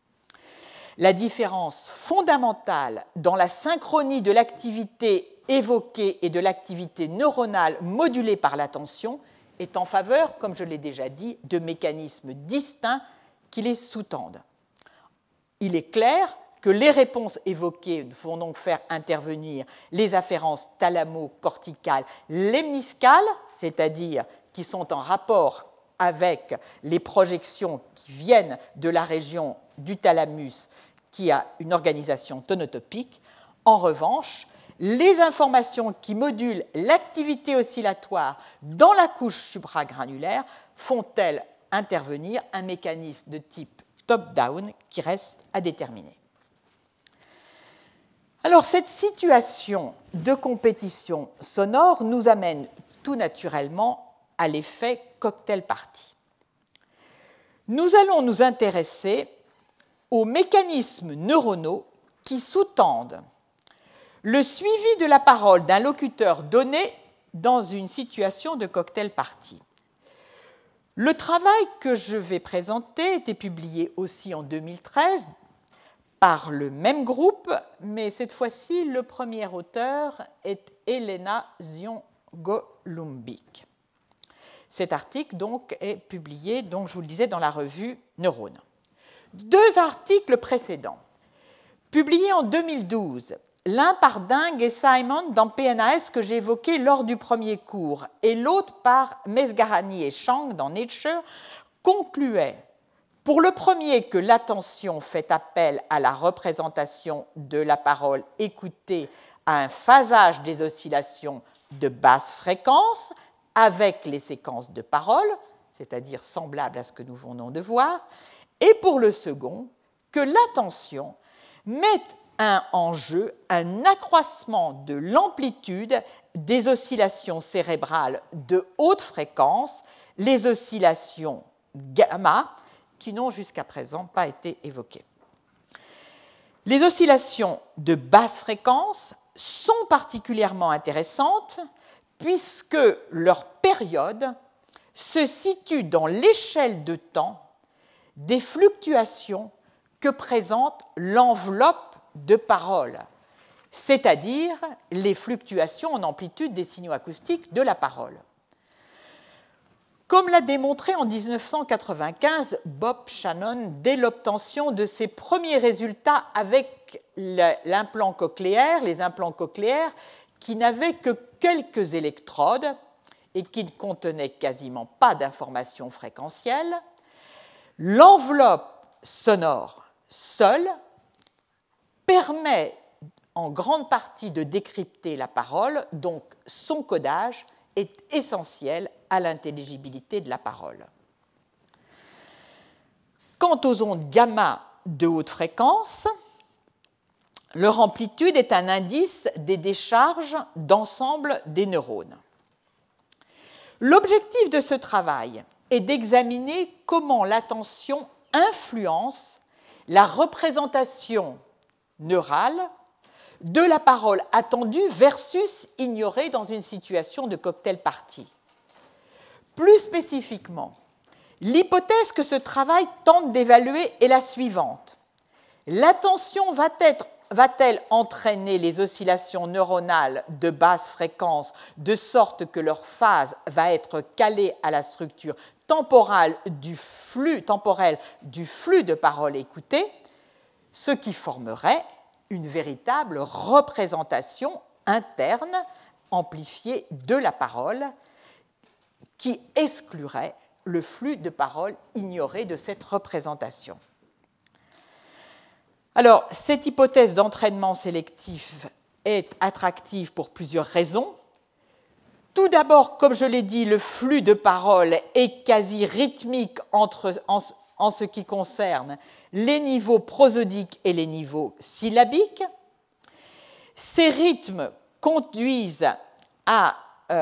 La différence fondamentale dans la synchronie de l'activité évoquée et de l'activité neuronale modulée par l'attention est en faveur, comme je l'ai déjà dit, de mécanismes distincts qui les sous-tendent. Il est clair que les réponses évoquées vont donc faire intervenir les afférences thalamo-corticales lemniscales, c'est-à-dire qui sont en rapport avec les projections qui viennent de la région du thalamus qui a une organisation tonotopique. En revanche, les informations qui modulent l'activité oscillatoire dans la couche supragranulaire font-elles intervenir un mécanisme de type top-down qui reste à déterminer. Alors, cette situation de compétition sonore nous amène tout naturellement à l'effet cocktail party. Nous allons nous intéresser aux mécanismes neuronaux qui sous-tendent le suivi de la parole d'un locuteur donné dans une situation de cocktail party. Le travail que je vais présenter a été publié aussi en 2013 par le même groupe, mais cette fois-ci, le premier auteur est Elena Zion-Golumbik. Cet article donc, est publié, donc, je vous le disais, dans la revue Neurones. 2 articles précédents, publiés en 2012, l'un par Deng et Simon dans PNAS que j'ai évoqué lors du premier cours, et l'autre par Mesgarani et Chang dans Nature, concluaient, pour le premier, que l'attention fait appel à la représentation de la parole écoutée à un phasage des oscillations de basse fréquence avec les séquences de paroles, c'est-à-dire semblables à ce que nous venons de voir, et pour le second, que l'attention met en jeu un accroissement de l'amplitude des oscillations cérébrales de haute fréquence, les oscillations gamma, qui n'ont jusqu'à présent pas été évoquées. Les oscillations de basse fréquence sont particulièrement intéressantes puisque leur période se situe dans l'échelle de temps des fluctuations que présente l'enveloppe de parole, c'est-à-dire les fluctuations en amplitude des signaux acoustiques de la parole. Comme l'a démontré en 1995 Bob Shannon dès l'obtention de ses premiers résultats avec l'implant cochléaire, les implants cochléaires qui n'avaient que quelques électrodes et qui ne contenaient quasiment pas d'informations fréquentielles, l'enveloppe sonore seule permet en grande partie de décrypter la parole, donc son codage est essentiel à l'intelligibilité de la parole. Quant aux ondes gamma de haute fréquence, leur amplitude est un indice des décharges d'ensemble des neurones. L'objectif de ce travail est d'examiner comment l'attention influence la représentation neurale de la parole attendue versus ignorée dans une situation de cocktail party. Plus spécifiquement, l'hypothèse que ce travail tente d'évaluer est la suivante. L'attention va-t-elle entraîner les oscillations neuronales de basse fréquence de sorte que leur phase va être calée à la structure temporelle du flux de paroles écoutées, ce qui formerait une véritable représentation interne amplifiée de la parole qui exclurait le flux de paroles ignoré de cette représentation. Alors, cette hypothèse d'entraînement sélectif est attractive pour plusieurs raisons. Tout d'abord, comme je l'ai dit, le flux de paroles est quasi rythmique en ce qui concerne les niveaux prosodiques et les niveaux syllabiques. Ces rythmes conduisent à...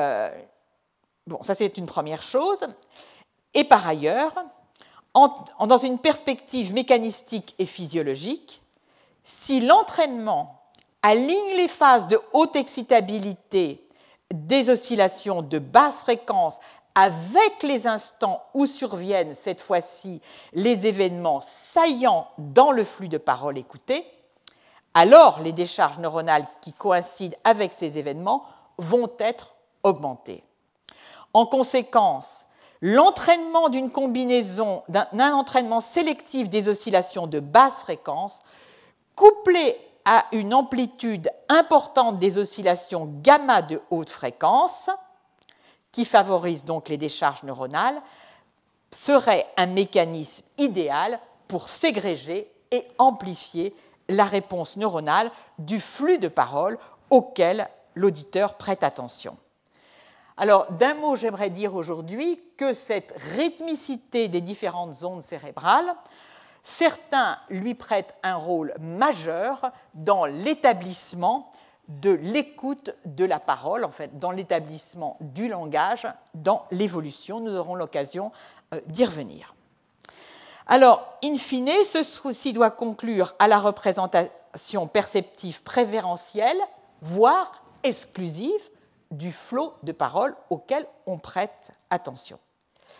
ça c'est une première chose. Et par ailleurs, dans une perspective mécanistique et physiologique, si l'entraînement aligne les phases de haute excitabilité des oscillations de basse fréquence avec les instants où surviennent cette fois-ci les événements saillants dans le flux de paroles écoutées, alors les décharges neuronales qui coïncident avec ces événements vont être augmentées. En conséquence, l'entraînement d'une combinaison d'un entraînement sélectif des oscillations de basse fréquence, couplé à une amplitude importante des oscillations gamma de haute fréquence, qui favorise donc les décharges neuronales, serait un mécanisme idéal pour ségréger et amplifier la réponse neuronale du flux de paroles auquel l'auditeur prête attention. Alors, d'un mot, j'aimerais dire aujourd'hui que cette rythmicité des différentes ondes cérébrales, certains lui prêtent un rôle majeur dans l'établissement de l'écoute de la parole, en fait, dans l'établissement du langage, dans l'évolution. Nous aurons l'occasion d'y revenir. Alors, in fine, ceci doit conclure à la représentation perceptive préférentielle, voire exclusive, du flot de paroles auquel on prête attention.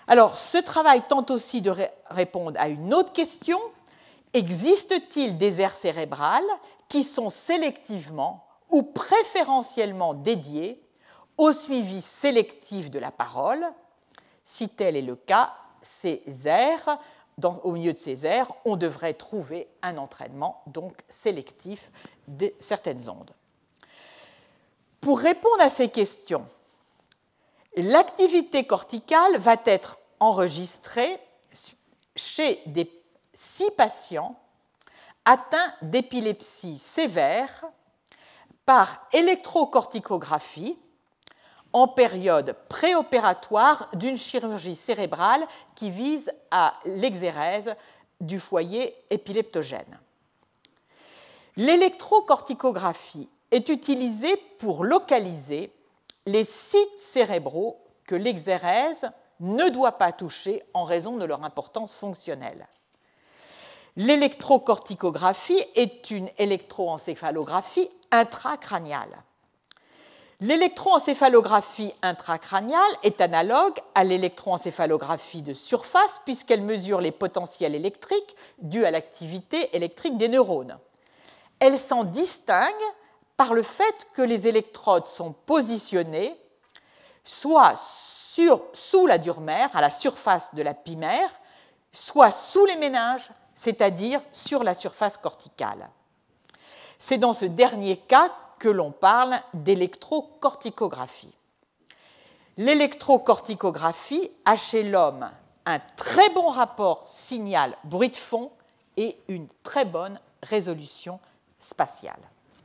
Alors, ce travail tente aussi de répondre à une autre question. Existe-t-il des aires cérébrales qui sont sélectivement ou préférentiellement dédiées au suivi sélectif de la parole? Si tel est le cas, ces aires, au milieu de ces aires, on devrait trouver un entraînement donc sélectif de certaines ondes. Pour répondre à ces questions, l'activité corticale va être enregistrée chez 6 patients atteints d'épilepsie sévère par électrocorticographie en période préopératoire d'une chirurgie cérébrale qui vise à l'exérèse du foyer épileptogène. L'électrocorticographie est utilisée pour localiser les sites cérébraux que l'exérèse ne doit pas toucher en raison de leur importance fonctionnelle. L'électrocorticographie est une électroencéphalographie intracrâniale. L'électroencéphalographie intracrâniale est analogue à l'électroencéphalographie de surface puisqu'elle mesure les potentiels électriques dus à l'activité électrique des neurones. Elle s'en distingue par le fait que les électrodes sont positionnées soit sous la dure-mère, à la surface de la pie-mère, soit sous les méninges, c'est-à-dire sur la surface corticale. C'est dans ce dernier cas que l'on parle d'électrocorticographie. L'électrocorticographie a chez l'homme un très bon rapport signal-bruit de fond et une très bonne résolution spatiale.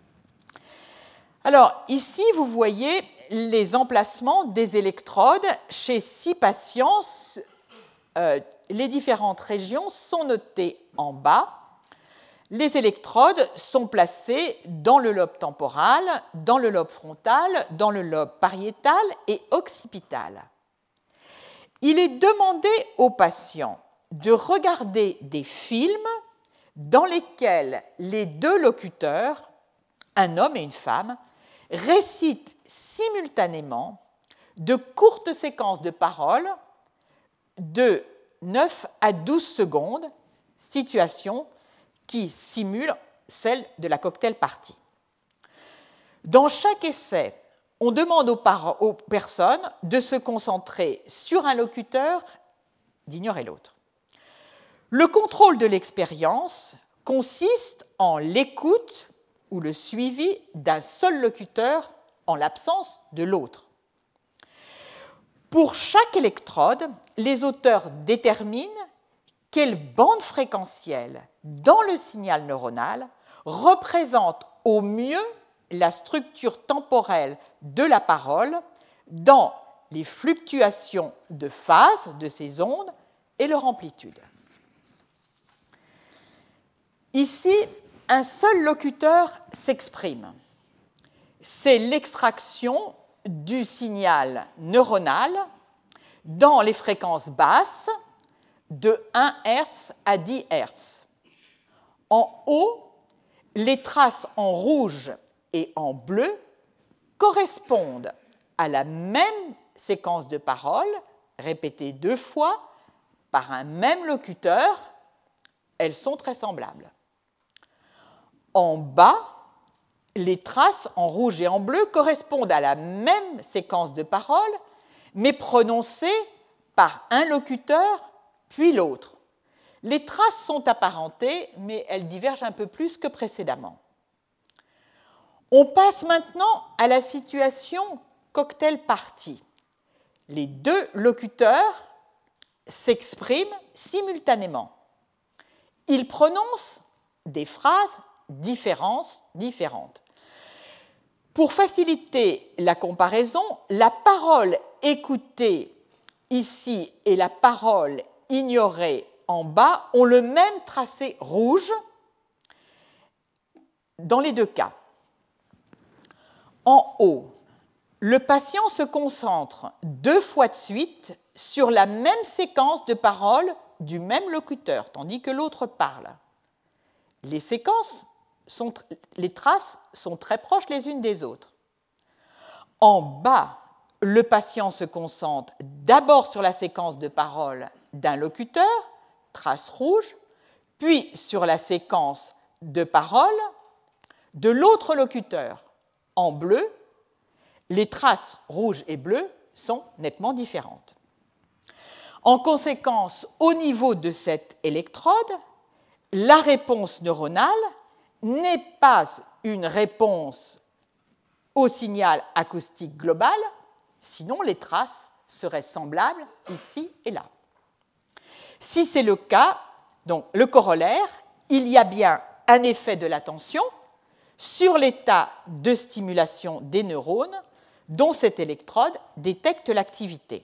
Alors, ici, vous voyez les emplacements des électrodes chez 6 patients. Les différentes régions sont notées en bas. Les électrodes sont placées dans le lobe temporal, dans le lobe frontal, dans le lobe pariétal et occipital. Il est demandé aux patients de regarder des films dans lesquels les 2 locuteurs, un homme et une femme, récitent simultanément de courtes séquences de paroles de 9 à 12 secondes, situation qui simule celle de la cocktail party. Dans chaque essai, on demande aux personnes de se concentrer sur un locuteur, d'ignorer l'autre. Le contrôle de l'expérience consiste en l'écoute ou le suivi d'un seul locuteur en l'absence de l'autre. Pour chaque électrode, les auteurs déterminent quelle bande fréquentielle dans le signal neuronal représente au mieux la structure temporelle de la parole dans les fluctuations de phase de ces ondes et leur amplitude. Ici, un seul locuteur s'exprime. C'est l'extraction du signal neuronal dans les fréquences basses de 1 Hz à 10 Hz. En haut, les traces en rouge et en bleu correspondent à la même séquence de paroles, répétée 2 fois par un même locuteur. Elles sont très semblables. En bas, les traces en rouge et en bleu correspondent à la même séquence de paroles, mais prononcées par un locuteur puis l'autre. Les traces sont apparentées, mais elles divergent un peu plus que précédemment. On passe maintenant à la situation cocktail party. Les 2 locuteurs s'expriment simultanément. Ils prononcent des phrases différentes. Pour faciliter la comparaison, la parole écoutée ici et la parole ignorée en bas ont le même tracé rouge dans les 2 cas. En haut, le patient se concentre 2 fois de suite sur la même séquence de paroles du même locuteur, tandis que l'autre parle. Les traces sont très proches les unes des autres. En bas, le patient se concentre d'abord sur la séquence de paroles d'un locuteur, trace rouge, puis sur la séquence de paroles de l'autre locuteur, en bleu. Les traces rouges et bleues sont nettement différentes. En conséquence, au niveau de cette électrode, la réponse neuronale n'est pas une réponse au signal acoustique global, sinon les traces seraient semblables ici et là. Si c'est le cas, donc le corollaire, il y a bien un effet de l'attention sur l'état de stimulation des neurones dont cette électrode détecte l'activité.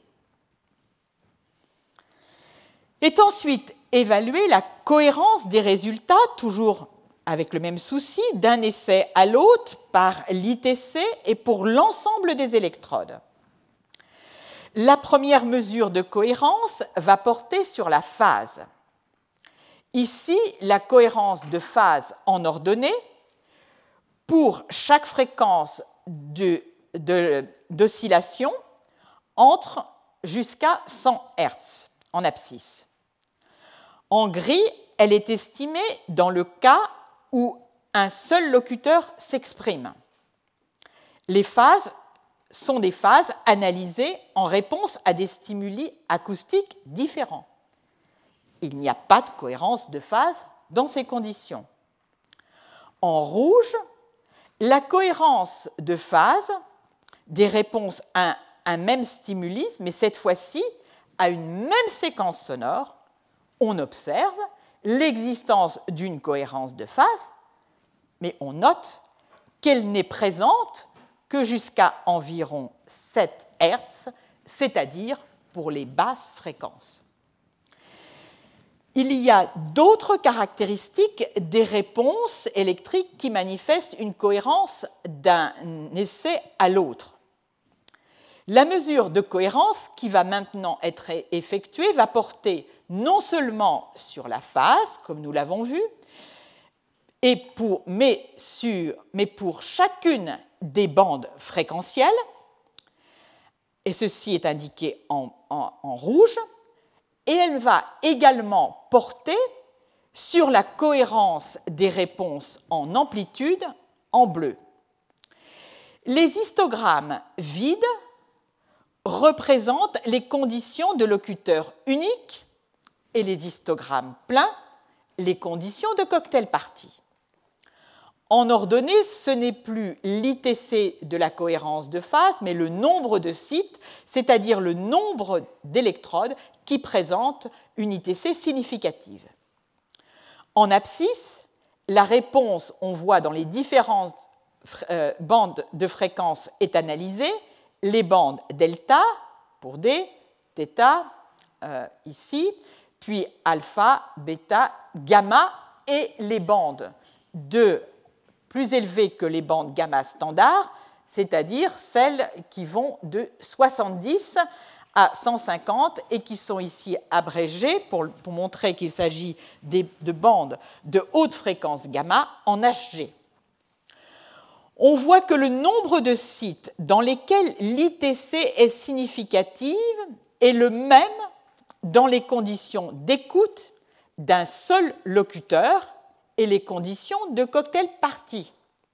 Est ensuite évaluée la cohérence des résultats, toujours avec le même souci, d'un essai à l'autre par l'ITC et pour l'ensemble des électrodes. La première mesure de cohérence va porter sur la phase. Ici, la cohérence de phase en ordonnée pour chaque fréquence d'oscillation entre jusqu'à 100 Hz en abscisse. En gris, elle est estimée dans le cas où un seul locuteur s'exprime. Les phases sont des phases analysées en réponse à des stimuli acoustiques différents. Il n'y a pas de cohérence de phase dans ces conditions. En rouge, la cohérence de phase des réponses à un même stimuli, mais cette fois-ci à une même séquence sonore, on observe l'existence d'une cohérence de phase, mais on note qu'elle n'est présente que jusqu'à environ 7 Hz, c'est-à-dire pour les basses fréquences. Il y a d'autres caractéristiques des réponses électriques qui manifestent une cohérence d'un essai à l'autre. La mesure de cohérence qui va maintenant être effectuée va porter non seulement sur la phase, comme nous l'avons vu, mais pour chacune des bandes fréquentielles, et ceci est indiqué en rouge, et elle va également porter sur la cohérence des réponses en amplitude en bleu. Les histogrammes vides représentent les conditions de locuteur unique et les histogrammes pleins les conditions de cocktail party. En ordonnée, ce n'est plus l'ITC de la cohérence de phase, mais le nombre de sites, c'est-à-dire le nombre d'électrodes qui présentent une ITC significative. En abscisse, la réponse, on voit dans les différentes bandes de fréquences, est analysée. Les bandes delta pour D, θ ici, puis alpha, bêta, gamma, et les bandes plus élevées que les bandes gamma standard, c'est-à-dire celles qui vont de 70 à 150 et qui sont ici abrégées pour montrer qu'il s'agit de bandes de haute fréquence gamma en Hg. On voit que le nombre de sites dans lesquels l'ITC est significative est le même dans les conditions d'écoute d'un seul locuteur et les conditions de cocktail party.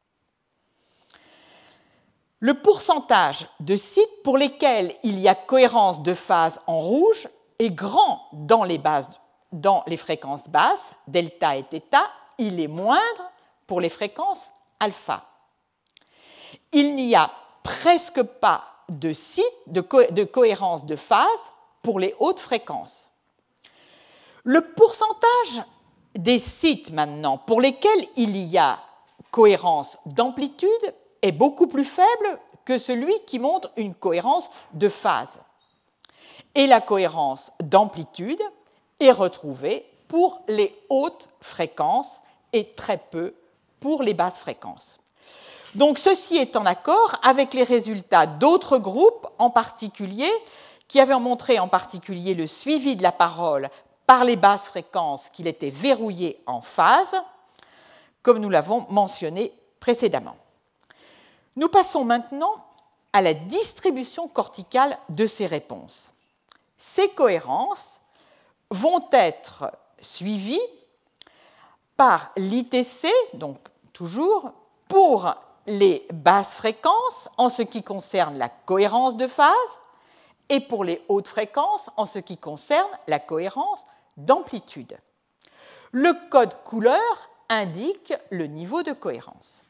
Le pourcentage de sites pour lesquels il y a cohérence de phase en rouge est grand dans les fréquences basses, delta et θ, il est moindre pour les fréquences alpha. Il n'y a presque pas de sites de cohérence de phase pour les hautes fréquences. Le pourcentage des sites maintenant pour lesquels il y a cohérence d'amplitude est beaucoup plus faible que celui qui montre une cohérence de phase. Et la cohérence d'amplitude est retrouvée pour les hautes fréquences et très peu pour les basses fréquences. Donc ceci est en accord avec les résultats d'autres groupes, en particulier, qui avaient montré en particulier le suivi de la parole par les basses fréquences qu'il était verrouillé en phase, comme nous l'avons mentionné précédemment. Nous passons maintenant à la distribution corticale de ces réponses. Ces cohérences vont être suivies par l'ITC, donc toujours pour les basses fréquences en ce qui concerne la cohérence de phase et pour les hautes fréquences en ce qui concerne la cohérence d'amplitude. Le code couleur indique le niveau de cohérence,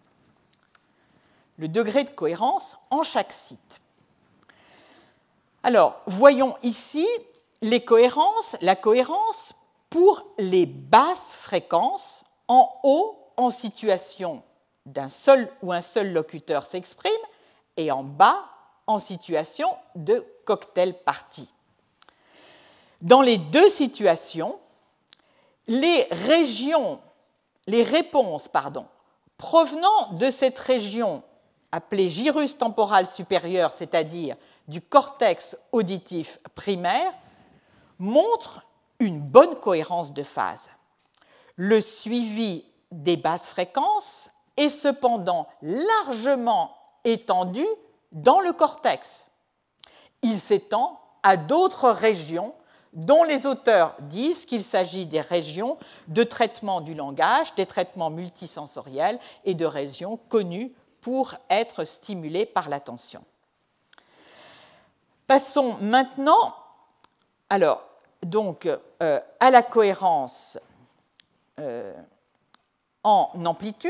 le degré de cohérence en chaque site. Alors, voyons ici la cohérence pour les basses fréquences en haut en situation d'un seul ou un seul locuteur s'exprime et en bas en situation de cocktail party. Dans les deux situations, les réponses provenant de cette région appelée gyrus temporal supérieur, c'est-à-dire du cortex auditif primaire, montrent une bonne cohérence de phase. Le suivi des basses fréquences est cependant largement étendu dans le cortex. Il s'étend à d'autres régions dont les auteurs disent qu'il s'agit des régions de traitement du langage, des traitements multisensoriels et de régions connues pour être stimulées par l'attention. Passons maintenant à la cohérence en amplitude.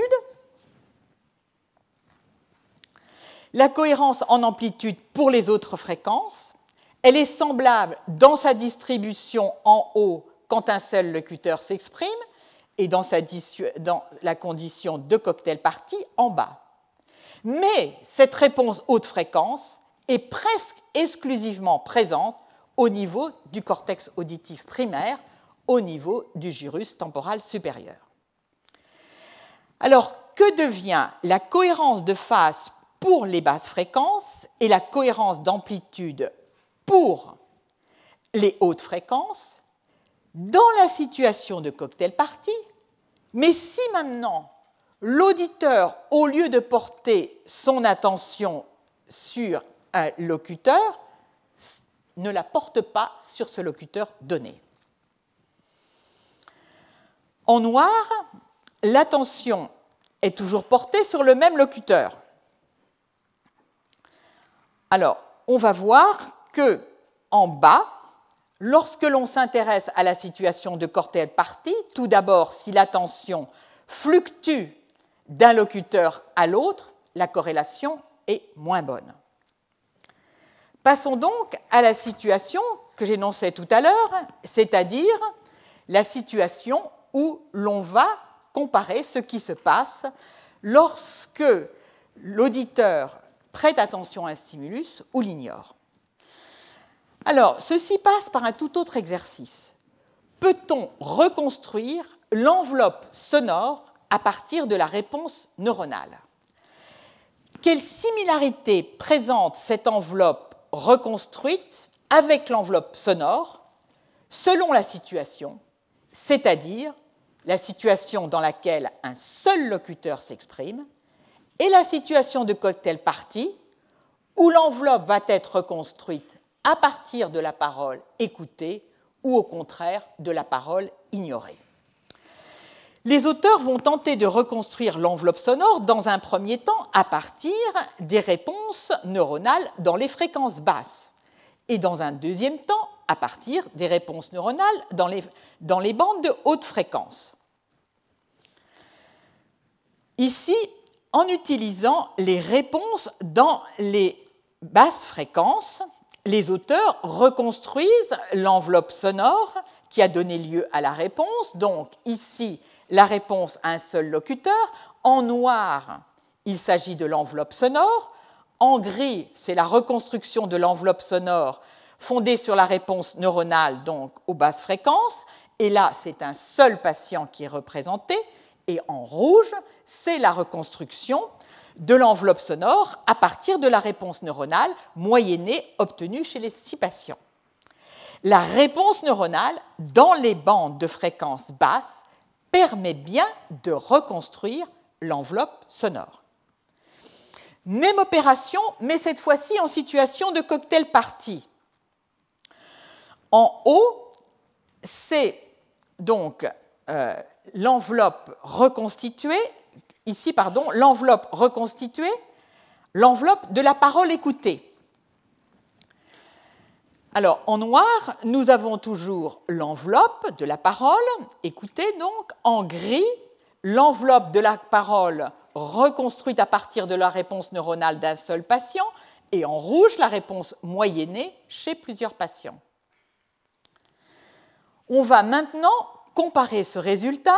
La cohérence en amplitude pour les autres fréquences, elle est semblable dans sa distribution en haut quand un seul locuteur s'exprime et dans la condition de cocktail party en bas. Mais cette réponse haute fréquence est presque exclusivement présente au niveau du cortex auditif primaire, au niveau du gyrus temporal supérieur. Alors, que devient la cohérence de phase pour les basses fréquences et la cohérence d'amplitude pour les hautes fréquences dans la situation de cocktail party? Mais si maintenant l'auditeur, au lieu de porter son attention sur un locuteur, ne la porte pas sur ce locuteur donné. En noir, l'attention est toujours portée sur le même locuteur. Alors, on va voir que en bas, lorsque l'on s'intéresse à la situation de cocktail party, tout d'abord, si l'attention fluctue d'un locuteur à l'autre, la corrélation est moins bonne. Passons donc à la situation que j'énonçais tout à l'heure, c'est-à-dire la situation où l'on va comparer ce qui se passe lorsque l'auditeur prête attention à un stimulus ou l'ignore. Alors, ceci passe par un tout autre exercice. Peut-on reconstruire l'enveloppe sonore à partir de la réponse neuronale? Quelle similarité présente cette enveloppe reconstruite avec l'enveloppe sonore selon la situation, c'est-à-dire la situation dans laquelle un seul locuteur s'exprime et la situation de cocktail party où l'enveloppe va être reconstruite à partir de la parole écoutée ou au contraire de la parole ignorée. Les auteurs vont tenter de reconstruire l'enveloppe sonore dans un premier temps à partir des réponses neuronales dans les fréquences basses et dans un deuxième temps à partir des réponses neuronales dans les bandes de haute fréquence. Ici, en utilisant les réponses dans les basses fréquences, les auteurs reconstruisent l'enveloppe sonore qui a donné lieu à la réponse. Donc ici, la réponse à un seul locuteur. En noir, il s'agit de l'enveloppe sonore. En gris, c'est la reconstruction de l'enveloppe sonore fondée sur la réponse neuronale, donc aux basses fréquences. Et là, c'est un seul patient qui est représenté. Et en rouge, c'est la reconstruction de l'enveloppe sonore à partir de la réponse neuronale moyennée obtenue chez les 6 patients. La réponse neuronale dans les bandes de fréquences basses permet bien de reconstruire l'enveloppe sonore. Même opération, mais cette fois-ci en situation de cocktail party. En haut, c'est donc l'enveloppe reconstituée, ici, pardon, l'enveloppe reconstituée, l'enveloppe de la parole écoutée. Alors, en noir, nous avons toujours l'enveloppe de la parole écoutée, donc, en gris, l'enveloppe de la parole reconstruite à partir de la réponse neuronale d'un seul patient, et en rouge, la réponse moyennée chez plusieurs patients. On va maintenant comparer ce résultat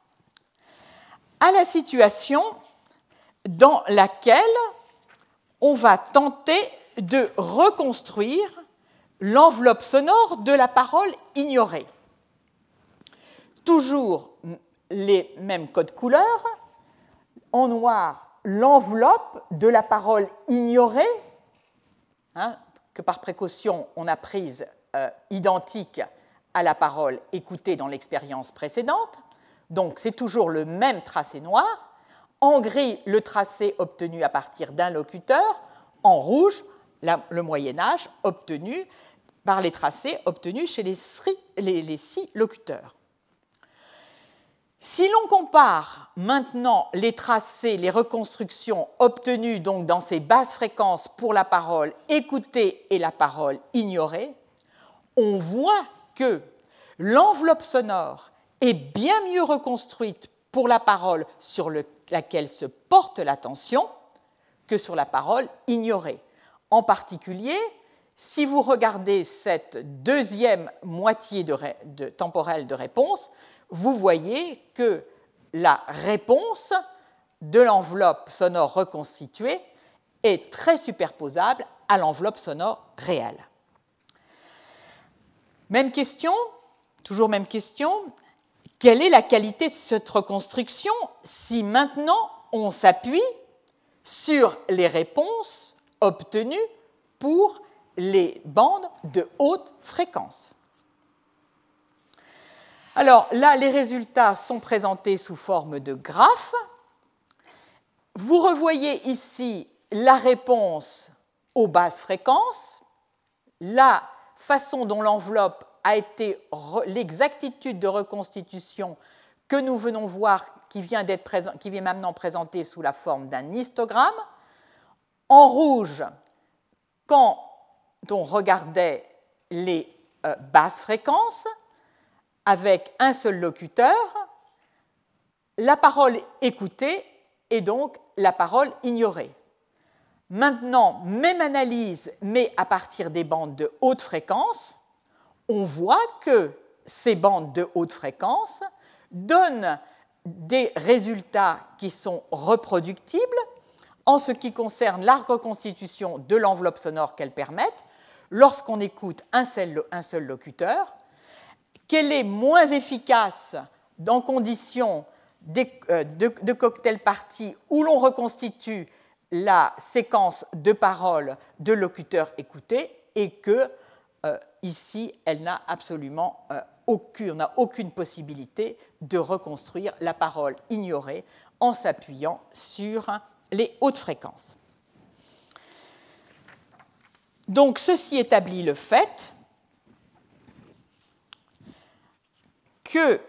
à la situation dans laquelle on va tenter de reconstruire l'enveloppe sonore de la parole ignorée. Toujours les mêmes codes couleurs. En noir, l'enveloppe de la parole ignorée, que par précaution on a prise identique à la parole écoutée dans l'expérience précédente. Donc c'est toujours le même tracé noir. En gris, le tracé obtenu à partir d'un locuteur. En rouge, le Moyen-Âge obtenu par les tracés obtenus chez les 6 locuteurs. Si l'on compare maintenant les tracés, les reconstructions obtenues donc dans ces basses fréquences pour la parole écoutée et la parole ignorée, on voit que l'enveloppe sonore est bien mieux reconstruite pour la parole sur laquelle se porte l'attention que sur la parole ignorée. En particulier, si vous regardez cette deuxième moitié temporelle de réponse, vous voyez que la réponse de l'enveloppe sonore reconstituée est très superposable à l'enveloppe sonore réelle. Même question, toujours même question, quelle est la qualité de cette reconstruction si maintenant on s'appuie sur les réponses obtenues pour les bandes de haute fréquence? Alors là, les résultats sont présentés sous forme de graphes. Vous revoyez ici la réponse aux basses fréquences, la façon dont l'enveloppe a été, l'exactitude de reconstitution que nous venons voir, qui vient maintenant présentée sous la forme d'un histogramme. En rouge, quand on regardait les basses fréquences, avec un seul locuteur, la parole écoutée et donc la parole ignorée. Maintenant, même analyse, mais à partir des bandes de haute fréquence, on voit que ces bandes de haute fréquence donnent des résultats qui sont reproductibles en ce qui concerne la reconstitution de l'enveloppe sonore qu'elles permettent lorsqu'on écoute un seul locuteur, qu'elle est moins efficace dans conditions de cocktail party où l'on reconstitue la séquence de paroles de locuteur écouté et que ici, elle n'a absolument aucune possibilité de reconstruire la parole ignorée en s'appuyant sur les hautes fréquences. Donc, ceci établit le fait que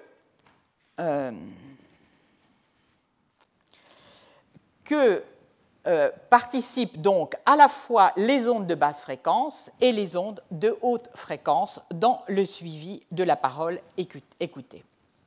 participent donc à la fois les ondes de basse fréquence et les ondes de haute fréquence dans le suivi de la parole écoutée.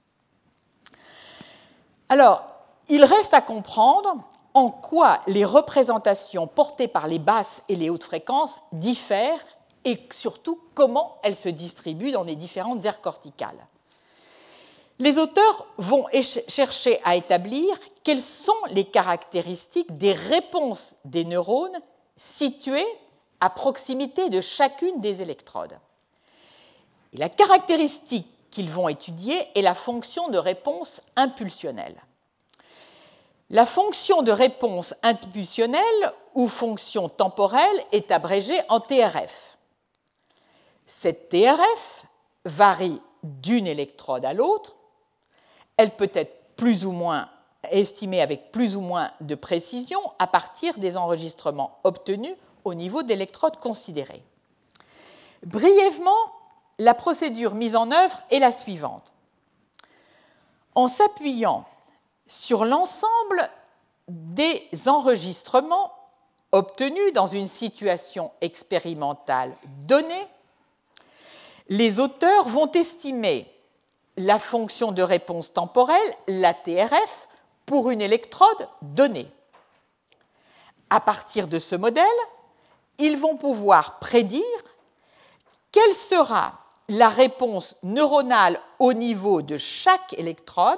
Alors, il reste à comprendre en quoi les représentations portées par les basses et les hautes fréquences diffèrent et surtout comment elles se distribuent dans les différentes aires corticales. Les auteurs vont chercher à établir quelles sont les caractéristiques des réponses des neurones situées à proximité de chacune des électrodes. Et la caractéristique qu'ils vont étudier est la fonction de réponse impulsionnelle. La fonction de réponse impulsionnelle ou fonction temporelle est abrégée en TRF. Cette TRF varie d'une électrode à l'autre. Elle peut être plus ou moins estimée avec plus ou moins de précision à partir des enregistrements obtenus au niveau d'électrodes considérées. Brièvement, la procédure mise en œuvre est la suivante. En s'appuyant sur l'ensemble des enregistrements obtenus dans une situation expérimentale donnée, les auteurs vont estimer la fonction de réponse temporelle, la TRF, pour une électrode donnée. À partir de ce modèle, ils vont pouvoir prédire quelle sera la réponse neuronale au niveau de chaque électrode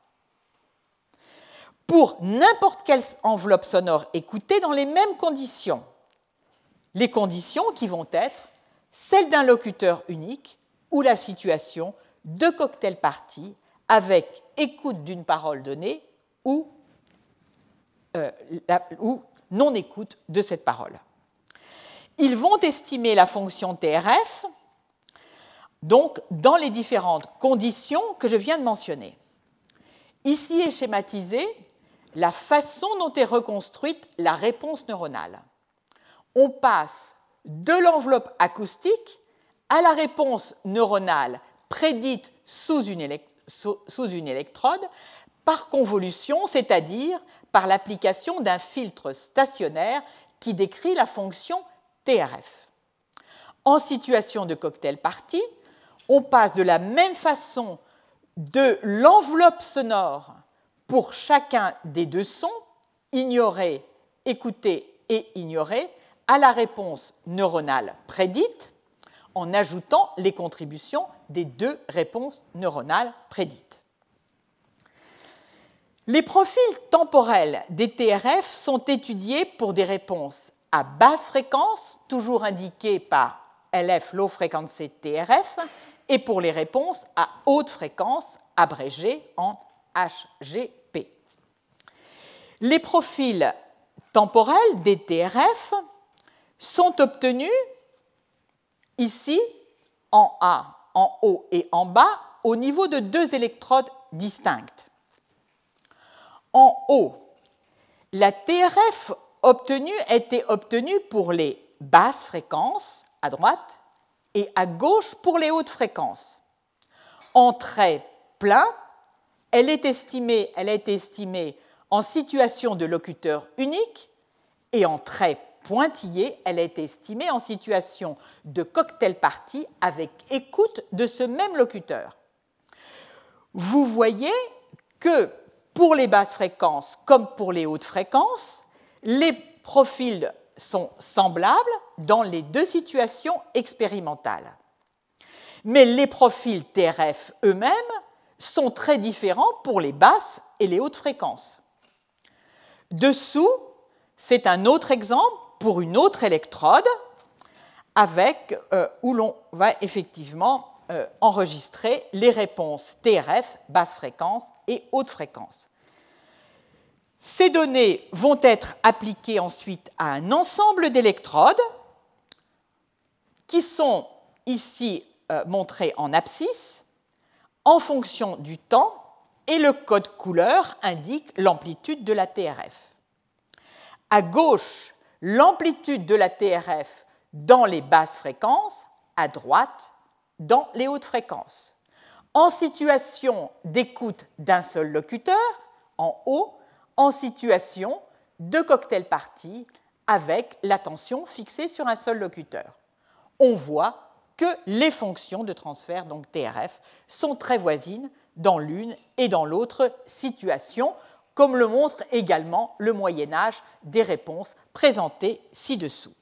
pour n'importe quelle enveloppe sonore écoutée dans les mêmes conditions. Les conditions qui vont être celles d'un locuteur unique ou la situation de cocktail party avec écoute d'une parole donnée ou non-écoute de cette parole. Ils vont estimer la fonction TRF donc dans les différentes conditions que je viens de mentionner. Ici est schématisée la façon dont est reconstruite la réponse neuronale. On passe de l'enveloppe acoustique à la réponse neuronale prédite sous une électrode par convolution, c'est-à-dire par l'application d'un filtre stationnaire qui décrit la fonction TRF. En situation de cocktail party, on passe de la même façon de l'enveloppe sonore pour chacun des deux sons, ignoré, écouté et ignoré, à la réponse neuronale prédite, en ajoutant les contributions des deux réponses neuronales prédites. Les profils temporels des TRF sont étudiés pour des réponses à basse fréquence, toujours indiquées par LF, Low Frequency TRF, et pour les réponses à haute fréquence, abrégées en HGP. Les profils temporels des TRF sont obtenus ici, en A, en haut et en bas, au niveau de deux électrodes distinctes. En haut, la TRF obtenue était obtenue pour les basses fréquences, à droite, et à gauche pour les hautes fréquences. En trait plein, elle a été estimée en situation de locuteur unique, et en trait pointillé, elle a été estimée en situation de cocktail party avec écoute de ce même locuteur. Vous voyez que pour les basses fréquences comme pour les hautes fréquences, les profils sont semblables dans les deux situations expérimentales. Mais les profils TRF eux-mêmes sont très différents pour les basses et les hautes fréquences. Dessous, c'est un autre exemple pour une autre électrode où l'on va effectivement enregistrer les réponses TRF, basse fréquence et haute fréquence. Ces données vont être appliquées ensuite à un ensemble d'électrodes qui sont ici montrées en abscisse en fonction du temps, et le code couleur indique l'amplitude de la TRF. À gauche, l'amplitude de la TRF dans les basses fréquences, à droite, dans les hautes fréquences. En situation d'écoute d'un seul locuteur, en haut, en situation de cocktail party avec l'attention fixée sur un seul locuteur. On voit que les fonctions de transfert, donc TRF, sont très voisines dans l'une et dans l'autre situation, comme le montre également le Moyen-Âge des réponses présentées ci-dessous.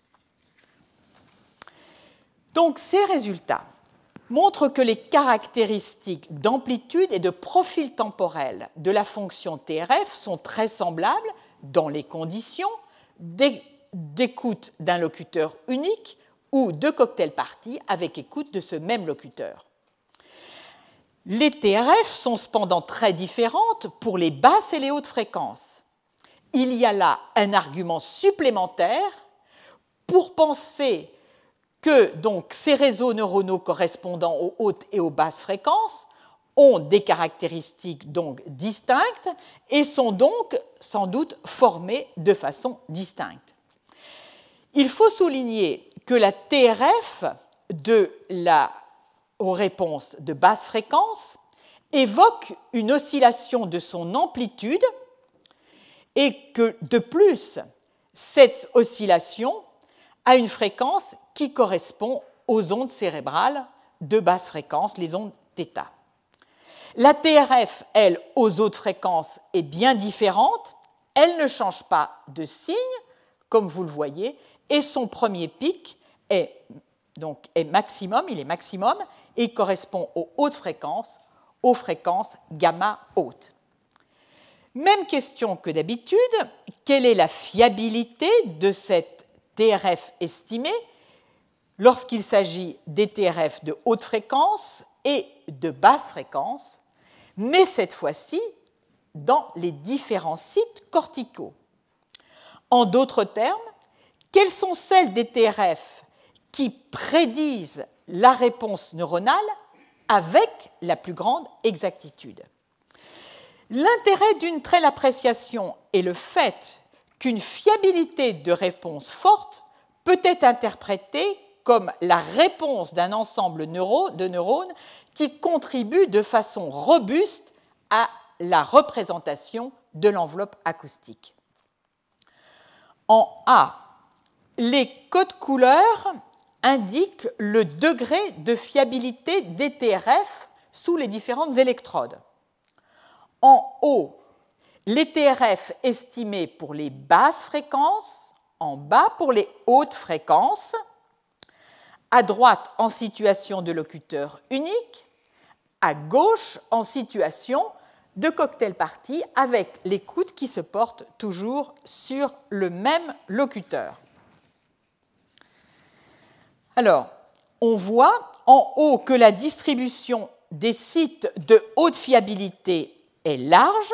Donc, ces résultats montrent que les caractéristiques d'amplitude et de profil temporel de la fonction TRF sont très semblables dans les conditions d'écoute d'un locuteur unique ou de cocktail party avec écoute de ce même locuteur. Les TRF sont cependant très différentes pour les basses et les hautes fréquences. Il y a là un argument supplémentaire pour penser que donc, ces réseaux neuronaux correspondant aux hautes et aux basses fréquences ont des caractéristiques donc distinctes et sont donc sans doute formées de façon distincte. Il faut souligner que la TRF aux réponses de basse fréquence évoque une oscillation de son amplitude et que, de plus, cette oscillation a une fréquence qui correspond aux ondes cérébrales de basse fréquence, les ondes θ. La TRF, elle, aux autres fréquences, est bien différente. Elle ne change pas de signe, comme vous le voyez, et son premier pic est maximum, il est maximum, et il correspond aux hautes fréquences gamma haute. Même question que d'habitude, quelle est la fiabilité de cette TRF estimée lorsqu'il s'agit des TRF de haute fréquence et de basse fréquence, mais cette fois-ci dans les différents sites corticaux. En d'autres termes, quelles sont celles des TRF qui prédisent la réponse neuronale avec la plus grande exactitude? L'intérêt d'une telle appréciation est le fait qu'une fiabilité de réponse forte peut être interprétée comme la réponse d'un ensemble de neurones qui contribue de façon robuste à la représentation de l'enveloppe acoustique. En A, les codes couleurs indiquent le degré de fiabilité des TRF sous les différentes électrodes. En haut, les TRF estimés pour les basses fréquences, en bas pour les hautes fréquences, à droite en situation de locuteur unique, à gauche en situation de cocktail party avec l'écoute qui se porte toujours sur le même locuteur. Alors, on voit en haut que la distribution des sites de haute fiabilité est large.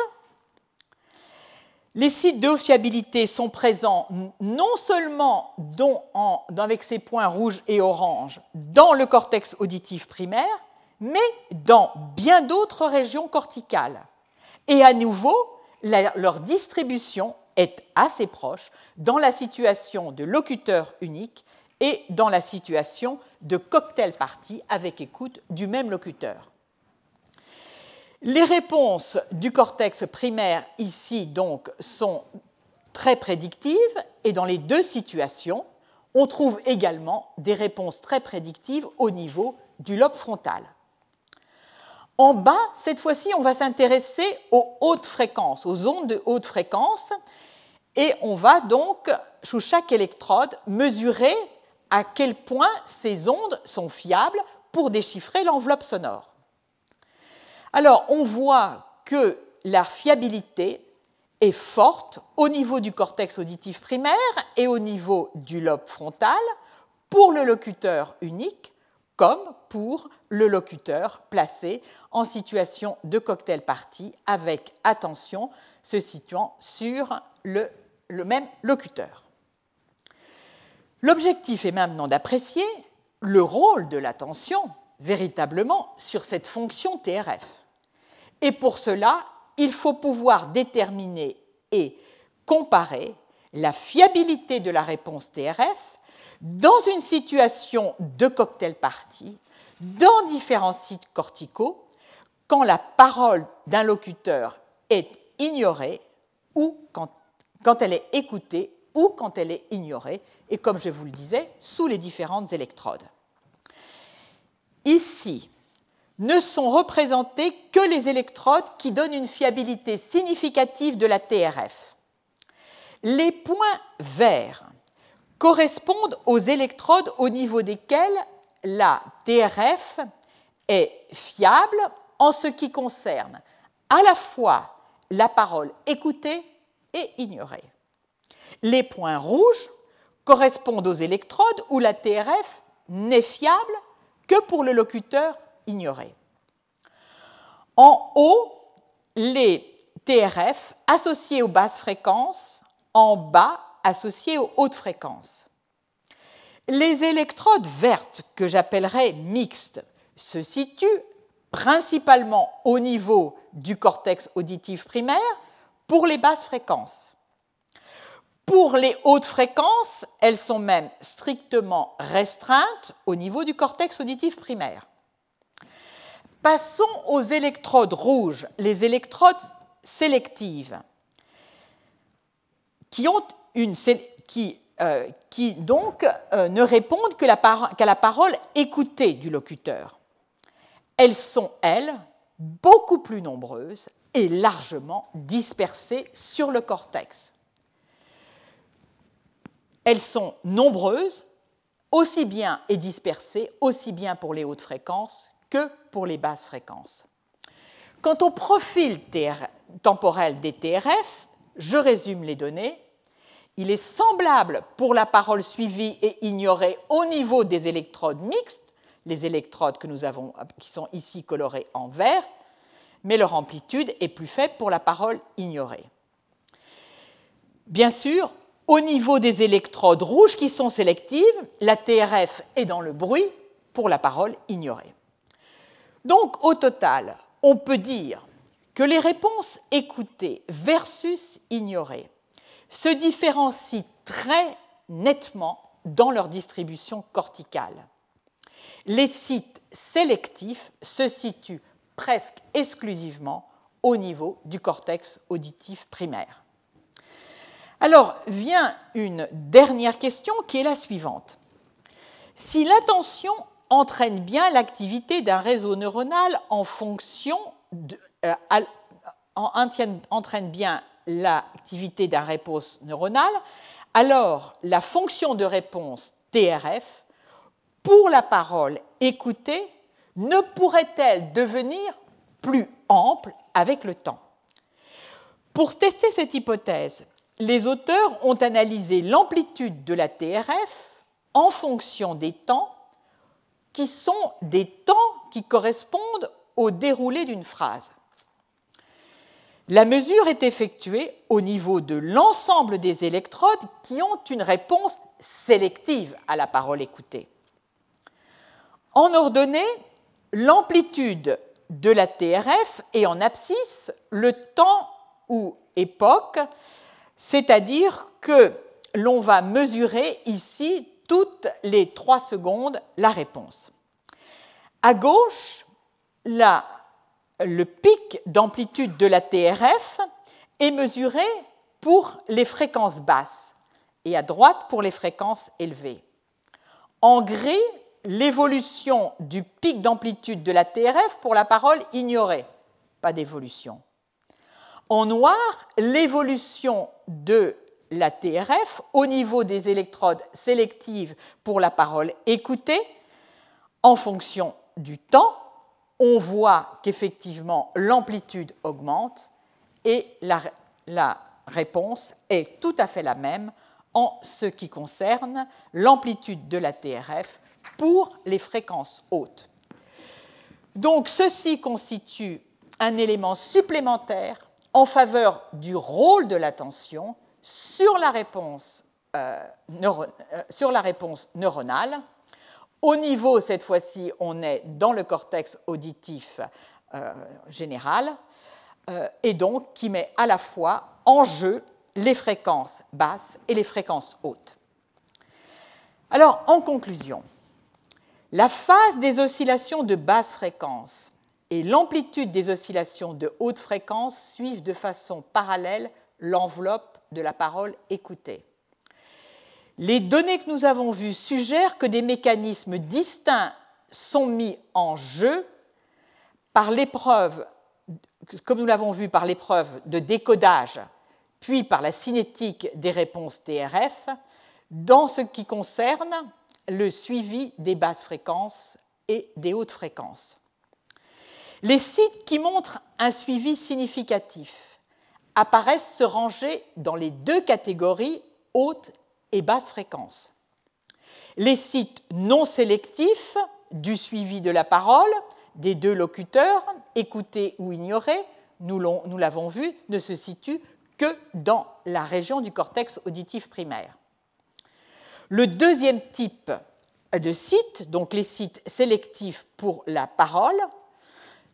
Les sites de haute fiabilité sont présents non seulement avec ces points rouges et oranges dans le cortex auditif primaire, mais dans bien d'autres régions corticales. Et à nouveau, leur distribution est assez proche dans la situation de locuteur unique et dans la situation de cocktail party avec écoute du même locuteur. Les réponses du cortex primaire ici donc sont très prédictives et dans les deux situations, on trouve également des réponses très prédictives au niveau du lobe frontal. En bas, cette fois-ci, on va s'intéresser aux hautes fréquences, aux ondes de haute fréquence, et on va donc, sous chaque électrode, mesurer à quel point ces ondes sont fiables pour déchiffrer l'enveloppe sonore. Alors, on voit que la fiabilité est forte au niveau du cortex auditif primaire et au niveau du lobe frontal pour le locuteur unique comme pour le locuteur placé en situation de cocktail party avec, attention, se situant sur le même locuteur. L'objectif est maintenant d'apprécier le rôle de l'attention véritablement sur cette fonction TRF. Et pour cela, il faut pouvoir déterminer et comparer la fiabilité de la réponse TRF dans une situation de cocktail party, dans différents sites corticaux, quand la parole d'un locuteur est ignorée ou quand elle est écoutée ou quand elle est ignorée, et comme je vous le disais, sous les différentes électrodes. Ici, ne sont représentées que les électrodes qui donnent une fiabilité significative de la TRF. Les points verts correspondent aux électrodes au niveau desquelles la TRF est fiable en ce qui concerne à la fois la parole écoutée et ignorée. Les points rouges correspondent aux électrodes où la TRF n'est fiable que pour le locuteur ignoré. En haut, les TRF associés aux basses fréquences, en bas, associés aux hautes fréquences. Les électrodes vertes, que j'appellerais mixtes, se situent principalement au niveau du cortex auditif primaire pour les basses fréquences. Pour les hautes fréquences, elles sont même strictement restreintes au niveau du cortex auditif primaire. Passons aux électrodes rouges, les électrodes sélectives, qui donc ne répondent qu'à la parole écoutée du locuteur. Elles sont, elles, beaucoup plus nombreuses et largement dispersées sur le cortex. Elles sont nombreuses, aussi bien et dispersées, aussi bien pour les hautes fréquences que pour les basses fréquences. Quant au profil temporel des TRF, je résume les données. Il est semblable pour la parole suivie et ignorée au niveau des électrodes mixtes, les électrodes qui sont ici colorées en vert, mais leur amplitude est plus faible pour la parole ignorée. Bien sûr, au niveau des électrodes rouges qui sont sélectives, la TRF est dans le bruit pour la parole ignorée. Donc, au total, on peut dire que les réponses écoutées versus ignorées se différencient très nettement dans leur distribution corticale. Les sites sélectifs se situent presque exclusivement au niveau du cortex auditif primaire. Alors vient une dernière question qui est la suivante. Si l'attention entraîne bien l'activité d'un réseau neuronal entraîne bien l'activité d'un réponse neuronale, alors la fonction de réponse TRF pour la parole écoutée ne pourrait-elle devenir plus ample avec le temps? Pour tester cette hypothèse, les auteurs ont analysé l'amplitude de la TRF en fonction des temps qui sont des temps qui correspondent au déroulé d'une phrase. La mesure est effectuée au niveau de l'ensemble des électrodes qui ont une réponse sélective à la parole écoutée. En ordonnée, l'amplitude de la TRF est en abscisse le temps ou époque, c'est-à-dire que l'on va mesurer ici toutes les 3 secondes la réponse. À gauche, le pic d'amplitude de la TRF est mesuré pour les fréquences basses et à droite pour les fréquences élevées. En gris, l'évolution du pic d'amplitude de la TRF pour la parole ignorée, pas d'évolution. En noir, l'évolution de la TRF au niveau des électrodes sélectives pour la parole écoutée. En fonction du temps, on voit qu'effectivement l'amplitude augmente et la réponse est tout à fait la même en ce qui concerne l'amplitude de la TRF pour les fréquences hautes. Donc ceci constitue un élément supplémentaire en faveur du rôle de l'attention sur la réponse neuronale. Au niveau, cette fois-ci, on est dans le cortex auditif général, et donc qui met à la fois en jeu les fréquences basses et les fréquences hautes. Alors, en conclusion, la phase des oscillations de basse fréquence et l'amplitude des oscillations de haute fréquence suivent de façon parallèle l'enveloppe de la parole écoutée. Les données que nous avons vues suggèrent que des mécanismes distincts sont mis en jeu par l'épreuve, comme nous l'avons vu par l'épreuve de décodage, puis par la cinétique des réponses TRF, dans ce qui concerne le suivi des basses fréquences et des hautes fréquences. Les sites qui montrent un suivi significatif apparaissent se ranger dans les 2 catégories hautes et basses fréquences. Les sites non sélectifs du suivi de la parole des 2 locuteurs, écoutés ou ignorés, nous l'avons vu, ne se situent que dans la région du cortex auditif primaire. Le deuxième type de sites, donc les sites sélectifs pour la parole,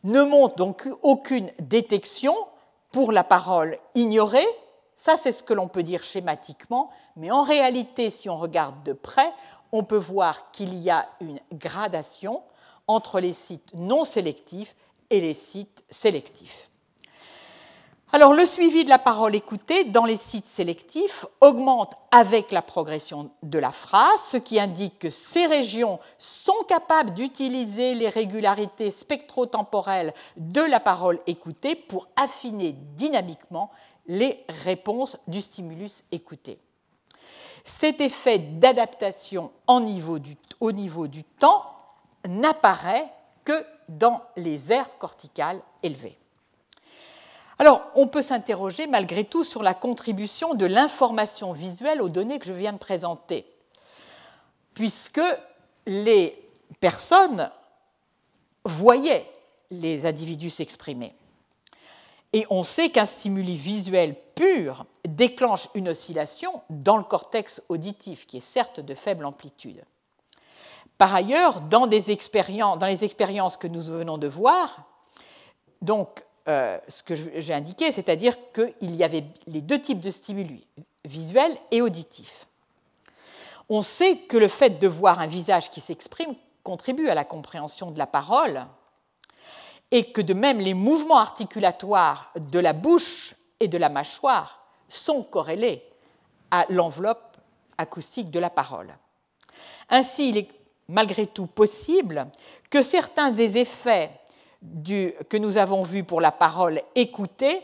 ne montre donc aucune détection pour la parole ignorée. Ça, c'est ce que l'on peut dire schématiquement, mais en réalité, si on regarde de près, on peut voir qu'il y a une gradation entre les sites non sélectifs et les sites sélectifs. Alors, le suivi de la parole écoutée dans les sites sélectifs augmente avec la progression de la phrase, ce qui indique que ces régions sont capables d'utiliser les régularités spectro-temporelles de la parole écoutée pour affiner dynamiquement les réponses du stimulus écouté. Cet effet d'adaptation au niveau du temps n'apparaît que dans les aires corticales élevées. Alors, on peut s'interroger malgré tout sur la contribution de l'information visuelle aux données que je viens de présenter, puisque les personnes voyaient les individus s'exprimer. Et on sait qu'un stimuli visuel pur déclenche une oscillation dans le cortex auditif, qui est certes de faible amplitude. Par ailleurs, dans les expériences que nous venons de voir, donc, ce que j'ai indiqué, c'est-à-dire qu'il y avait les deux types de stimuli, visuels et auditifs. On sait que le fait de voir un visage qui s'exprime contribue à la compréhension de la parole et que de même les mouvements articulatoires de la bouche et de la mâchoire sont corrélés à l'enveloppe acoustique de la parole. Ainsi, il est malgré tout possible que certains des effets que nous avons vu pour la parole écoutée,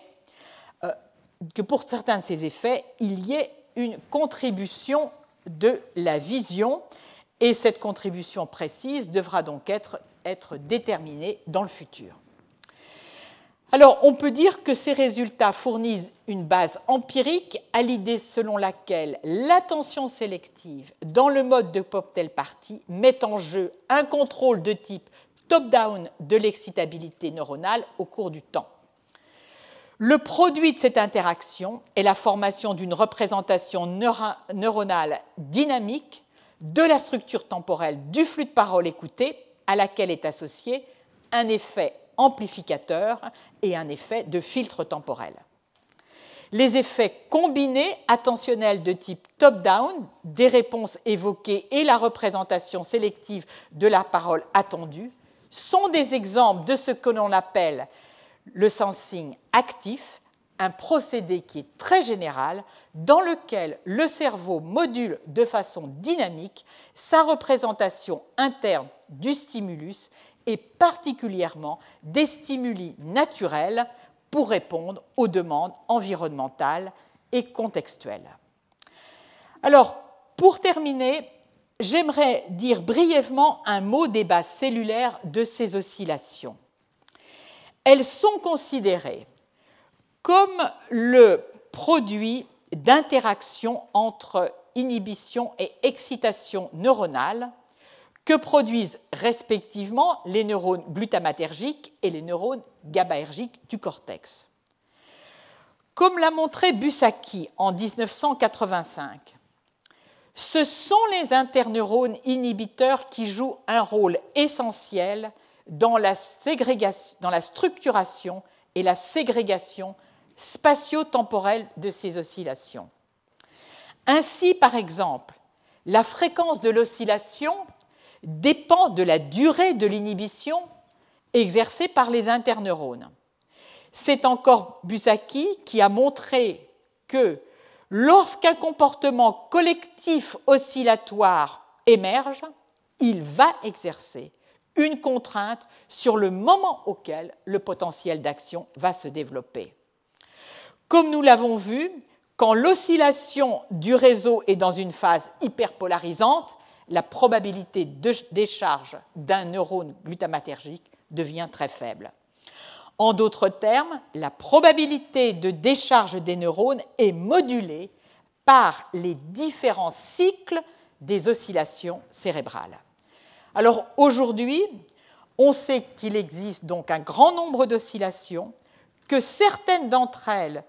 que pour certains de ces effets, il y ait une contribution de la vision, et cette contribution précise devra donc être déterminée dans le futur. Alors, on peut dire que ces résultats fournissent une base empirique à l'idée selon laquelle l'attention sélective dans le mode de cocktail party met en jeu un contrôle de type top-down de l'excitabilité neuronale au cours du temps. Le produit de cette interaction est la formation d'une représentation neuronale dynamique de la structure temporelle du flux de parole écouté, à laquelle est associé un effet amplificateur et un effet de filtre temporel. Les effets combinés attentionnels de type top-down, des réponses évoquées et la représentation sélective de la parole attendue, sont des exemples de ce que l'on appelle le sensing actif, un procédé qui est très général, dans lequel le cerveau module de façon dynamique sa représentation interne du stimulus et particulièrement des stimuli naturels pour répondre aux demandes environnementales et contextuelles. Alors, pour terminer, j'aimerais dire brièvement un mot des bases cellulaires de ces oscillations. Elles sont considérées comme le produit d'interaction entre inhibition et excitation neuronale que produisent respectivement les neurones glutamatergiques et les neurones GABAergiques du cortex. Comme l'a montré Busacki en 1985, ce sont les interneurones inhibiteurs qui jouent un rôle essentiel dans la structuration et la ségrégation spatio-temporelle de ces oscillations. Ainsi, par exemple, la fréquence de l'oscillation dépend de la durée de l'inhibition exercée par les interneurones. C'est encore Busacki qui a montré que lorsqu'un comportement collectif oscillatoire émerge, il va exercer une contrainte sur le moment auquel le potentiel d'action va se développer. Comme nous l'avons vu, quand l'oscillation du réseau est dans une phase hyperpolarisante, la probabilité de décharge d'un neurone glutamatergique devient très faible. En d'autres termes, la probabilité de décharge des neurones est modulée par les différents cycles des oscillations cérébrales. Alors aujourd'hui, on sait qu'il existe donc un grand nombre d'oscillations, que certaines d'entre elles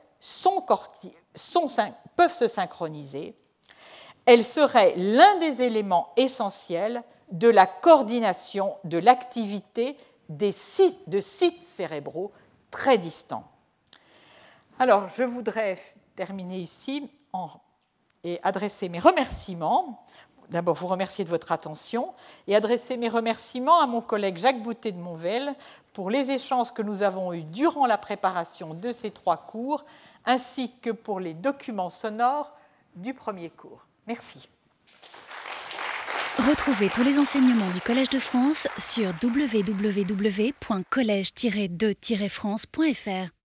peuvent se synchroniser. Elles seraient l'un des éléments essentiels de la coordination de l'activité de sites cérébraux très distants. Alors, je voudrais terminer ici et adresser mes remerciements. D'abord, vous remercier de votre attention et adresser mes remerciements à mon collègue Jacques Boutet de Monvel pour les échanges que nous avons eus durant la préparation de ces 3 cours, ainsi que pour les documents sonores du premier cours. Merci. Retrouvez tous les enseignements du Collège de France sur www.collège-2-france.fr.